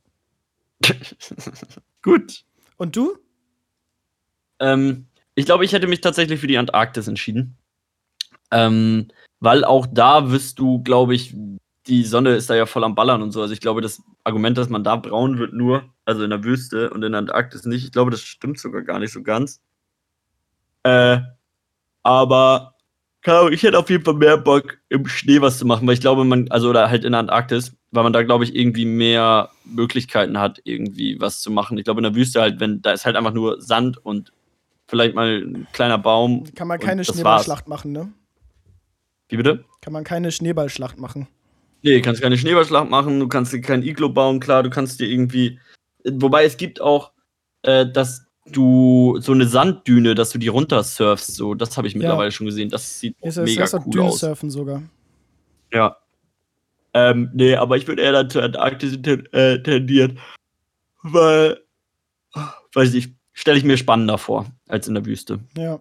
B: Gut.
A: Und du?
B: Ähm, ich glaube, ich hätte mich tatsächlich für die Antarktis entschieden. Ähm, weil auch da wirst du, glaube ich, die Sonne ist da ja voll am Ballern und so. Also ich glaube, das Argument, dass man da braun wird, nur, also in der Wüste und in der Antarktis nicht, ich glaube, das stimmt sogar gar nicht so ganz. Äh, aber keine Ahnung, ich hätte auf jeden Fall mehr Bock, im Schnee was zu machen, weil ich glaube, man, also oder halt in der Antarktis, weil man da, glaube ich, irgendwie mehr Möglichkeiten hat, irgendwie was zu machen. Ich glaube, in der Wüste halt, wenn, da ist halt einfach nur Sand und vielleicht mal ein kleiner Baum.
A: Kann man
B: und
A: keine
B: das
A: Schneeballschlacht machen, ne?
B: Wie bitte?
A: Kann man keine Schneeballschlacht machen.
B: Nee, du kannst keine Schneeballschlacht machen, du kannst dir kein Iglo bauen, klar, du kannst dir irgendwie. Wobei es gibt auch, äh, dass du so eine Sanddüne, dass du die runtersurfst, so, das habe ich mittlerweile schon gesehen. Das sieht
A: Ist das,
B: mega
A: das ist doch
B: cool aus.
A: Dünensurfen sogar.
B: Ja. Ähm, nee, aber ich würde eher dann zur Antarktis ten, äh, tendieren. Weil, weiß ich, stelle ich mir spannender vor, als in der Wüste.
A: Ja.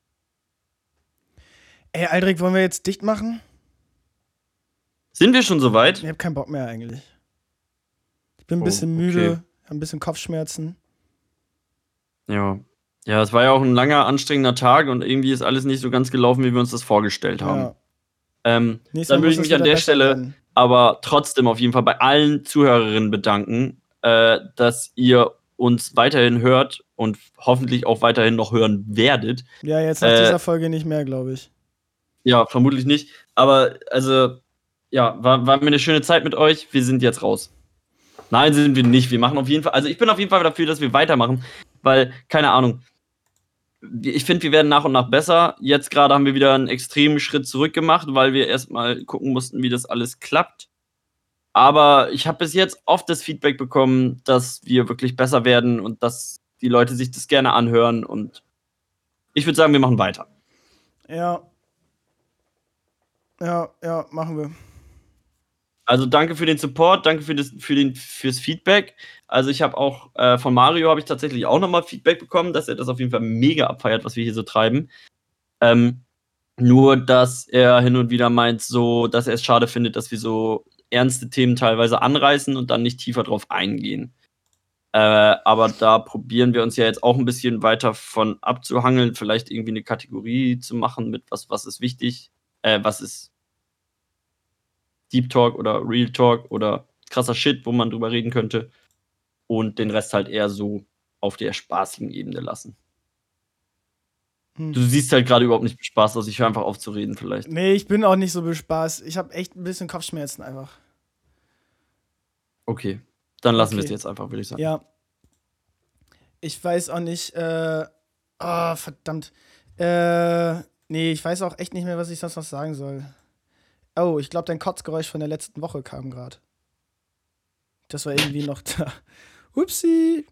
A: Ey, Aldrich, wollen wir jetzt dicht machen?
B: Sind wir schon soweit?
A: Ich hab keinen Bock mehr eigentlich. Ich bin ein
B: Oh,
A: bisschen
B: okay.
A: müde, hab ein bisschen Kopfschmerzen.
B: Ja. Ja, es war ja auch ein langer, anstrengender Tag und irgendwie ist alles nicht so ganz gelaufen, wie wir uns das vorgestellt haben.
A: Ja.
B: Ähm,
A: Nächstes
B: dann
A: Mal
B: würde
A: muss
B: ich
A: es
B: mich an
A: wieder
B: der
A: besser
B: Stelle
A: werden.
B: aber trotzdem auf jeden Fall bei allen Zuhörerinnen bedanken, äh, dass ihr uns weiterhin hört und hoffentlich auch weiterhin noch hören werdet.
A: Ja, jetzt nach
B: Äh,
A: dieser Folge nicht mehr, glaube ich.
B: Ja, vermutlich nicht. Aber also, ja, war, war mir eine schöne Zeit mit euch. Wir sind jetzt raus. Nein, sind wir nicht. Wir machen auf jeden Fall, also ich bin auf jeden Fall dafür, dass wir weitermachen, weil, keine Ahnung, ich finde, wir werden nach und nach besser. Jetzt gerade haben wir wieder einen extremen Schritt zurück gemacht, weil wir erstmal gucken mussten, wie das alles klappt. Aber ich habe bis jetzt oft das Feedback bekommen, dass wir wirklich besser werden und dass die Leute sich das gerne anhören. Und ich würde sagen, wir machen weiter.
A: Ja. Ja, ja, machen wir.
B: Also danke für den Support, danke für das, für den, fürs Feedback. Also ich habe auch äh, von Mario habe ich tatsächlich auch nochmal Feedback bekommen, dass er das auf jeden Fall mega abfeiert, was wir hier so treiben. Ähm, nur, dass er hin und wieder meint, so, dass er es schade findet, dass wir so ernste Themen teilweise anreißen und dann nicht tiefer drauf eingehen. Äh, aber da probieren wir uns ja jetzt auch ein bisschen weiter von abzuhangeln, vielleicht irgendwie eine Kategorie zu machen mit was, was ist wichtig, äh, was ist Deep Talk oder Real Talk oder krasser Shit, wo man drüber reden könnte. Und den Rest halt eher so auf der spaßigen Ebene lassen.
A: Hm.
B: Du siehst halt gerade überhaupt nicht bespaßt aus. Ich höre einfach auf zu reden vielleicht.
A: Nee, ich bin auch nicht so bespaßt. Ich habe echt ein bisschen Kopfschmerzen einfach.
B: Okay, dann lassen wir es
A: Okay.
B: jetzt einfach, würde ich sagen.
A: Ja. Ich weiß auch nicht, äh. Oh, verdammt. Äh. Nee, ich weiß auch echt nicht mehr, was ich sonst noch sagen soll. Oh, ich glaube, dein Kotzgeräusch von der letzten Woche kam gerade. Das war irgendwie noch da. Upsi.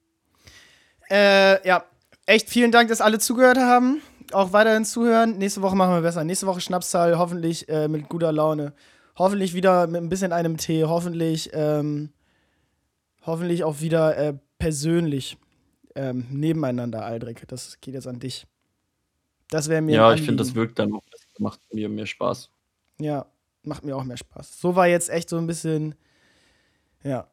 A: Äh, ja. Echt vielen Dank, dass alle zugehört haben. Auch weiterhin zuhören. Nächste Woche machen wir besser. Nächste Woche Schnapszahl, hoffentlich äh, mit guter Laune. Hoffentlich wieder mit ein bisschen einem Tee. Hoffentlich, ähm, hoffentlich auch wieder äh, persönlich ähm, nebeneinander, Aldrich. Das geht jetzt an dich. Das wäre mir
B: Ja,
A: ein
B: ich finde, das
A: Anliegen.
B: wirkt dann noch besser. Macht mir mehr Spaß.
A: Ja, macht mir auch mehr Spaß. So war jetzt echt so ein bisschen. Ja.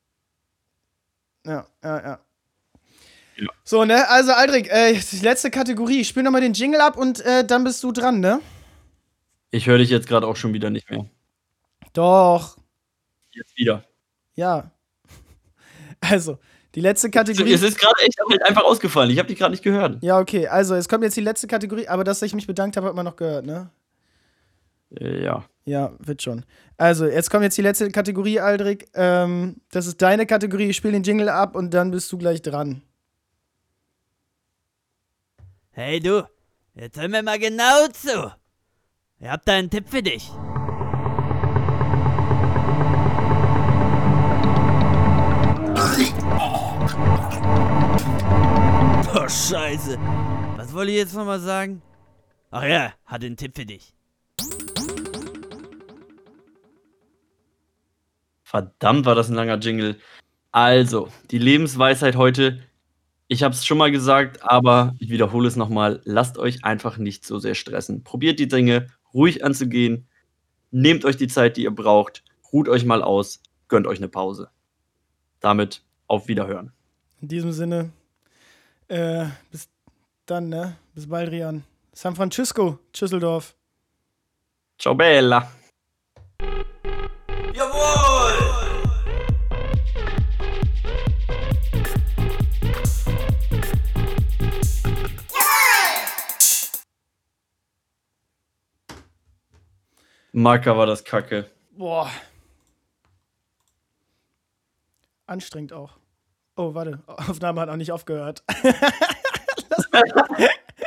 A: Ja, ja, ja.
B: Ja.
A: So, ne? Also, Aldrich, äh, die letzte Kategorie. Spiel nochmal den Jingle ab und äh, dann bist du dran, ne?
B: Ich höre dich jetzt gerade auch schon wieder nicht mehr.
A: Doch.
B: Jetzt wieder.
A: Ja. Also, die letzte Kategorie.
B: Es ist gerade echt halt einfach ausgefallen. Ich habe dich gerade nicht gehört.
A: Ja, okay. Also, es kommt jetzt die letzte Kategorie, aber dass ich mich bedankt habe, hat man noch gehört, ne?
B: Äh, ja.
A: Ja, wird schon. Also, jetzt kommt jetzt die letzte Kategorie, Aldrich. Ähm, das ist deine Kategorie. Ich spiele den Jingle ab und dann bist du gleich dran.
C: Hey du, jetzt hör mir mal genau zu. Ich hab da einen Tipp für dich. Oh, Scheiße. Was wollte ich jetzt nochmal sagen? Ach ja, hatte einen Tipp für dich.
B: Verdammt, war das ein langer Jingle. Also, die Lebensweisheit heute. Ich habe es schon mal gesagt, aber ich wiederhole es nochmal. Lasst euch einfach nicht so sehr stressen. Probiert die Dinge ruhig anzugehen. Nehmt euch die Zeit, die ihr braucht. Ruht euch mal aus. Gönnt euch eine Pause. Damit auf Wiederhören.
A: In diesem Sinne, äh, bis dann, ne? Bis bald, Rian. San Francisco, Düsseldorf.
B: Ciao, Bella.
C: Jawohl!
B: Marker war das Kacke.
A: Boah. Anstrengend auch. Oh, warte. Aufnahme hat auch nicht aufgehört. Lass mal.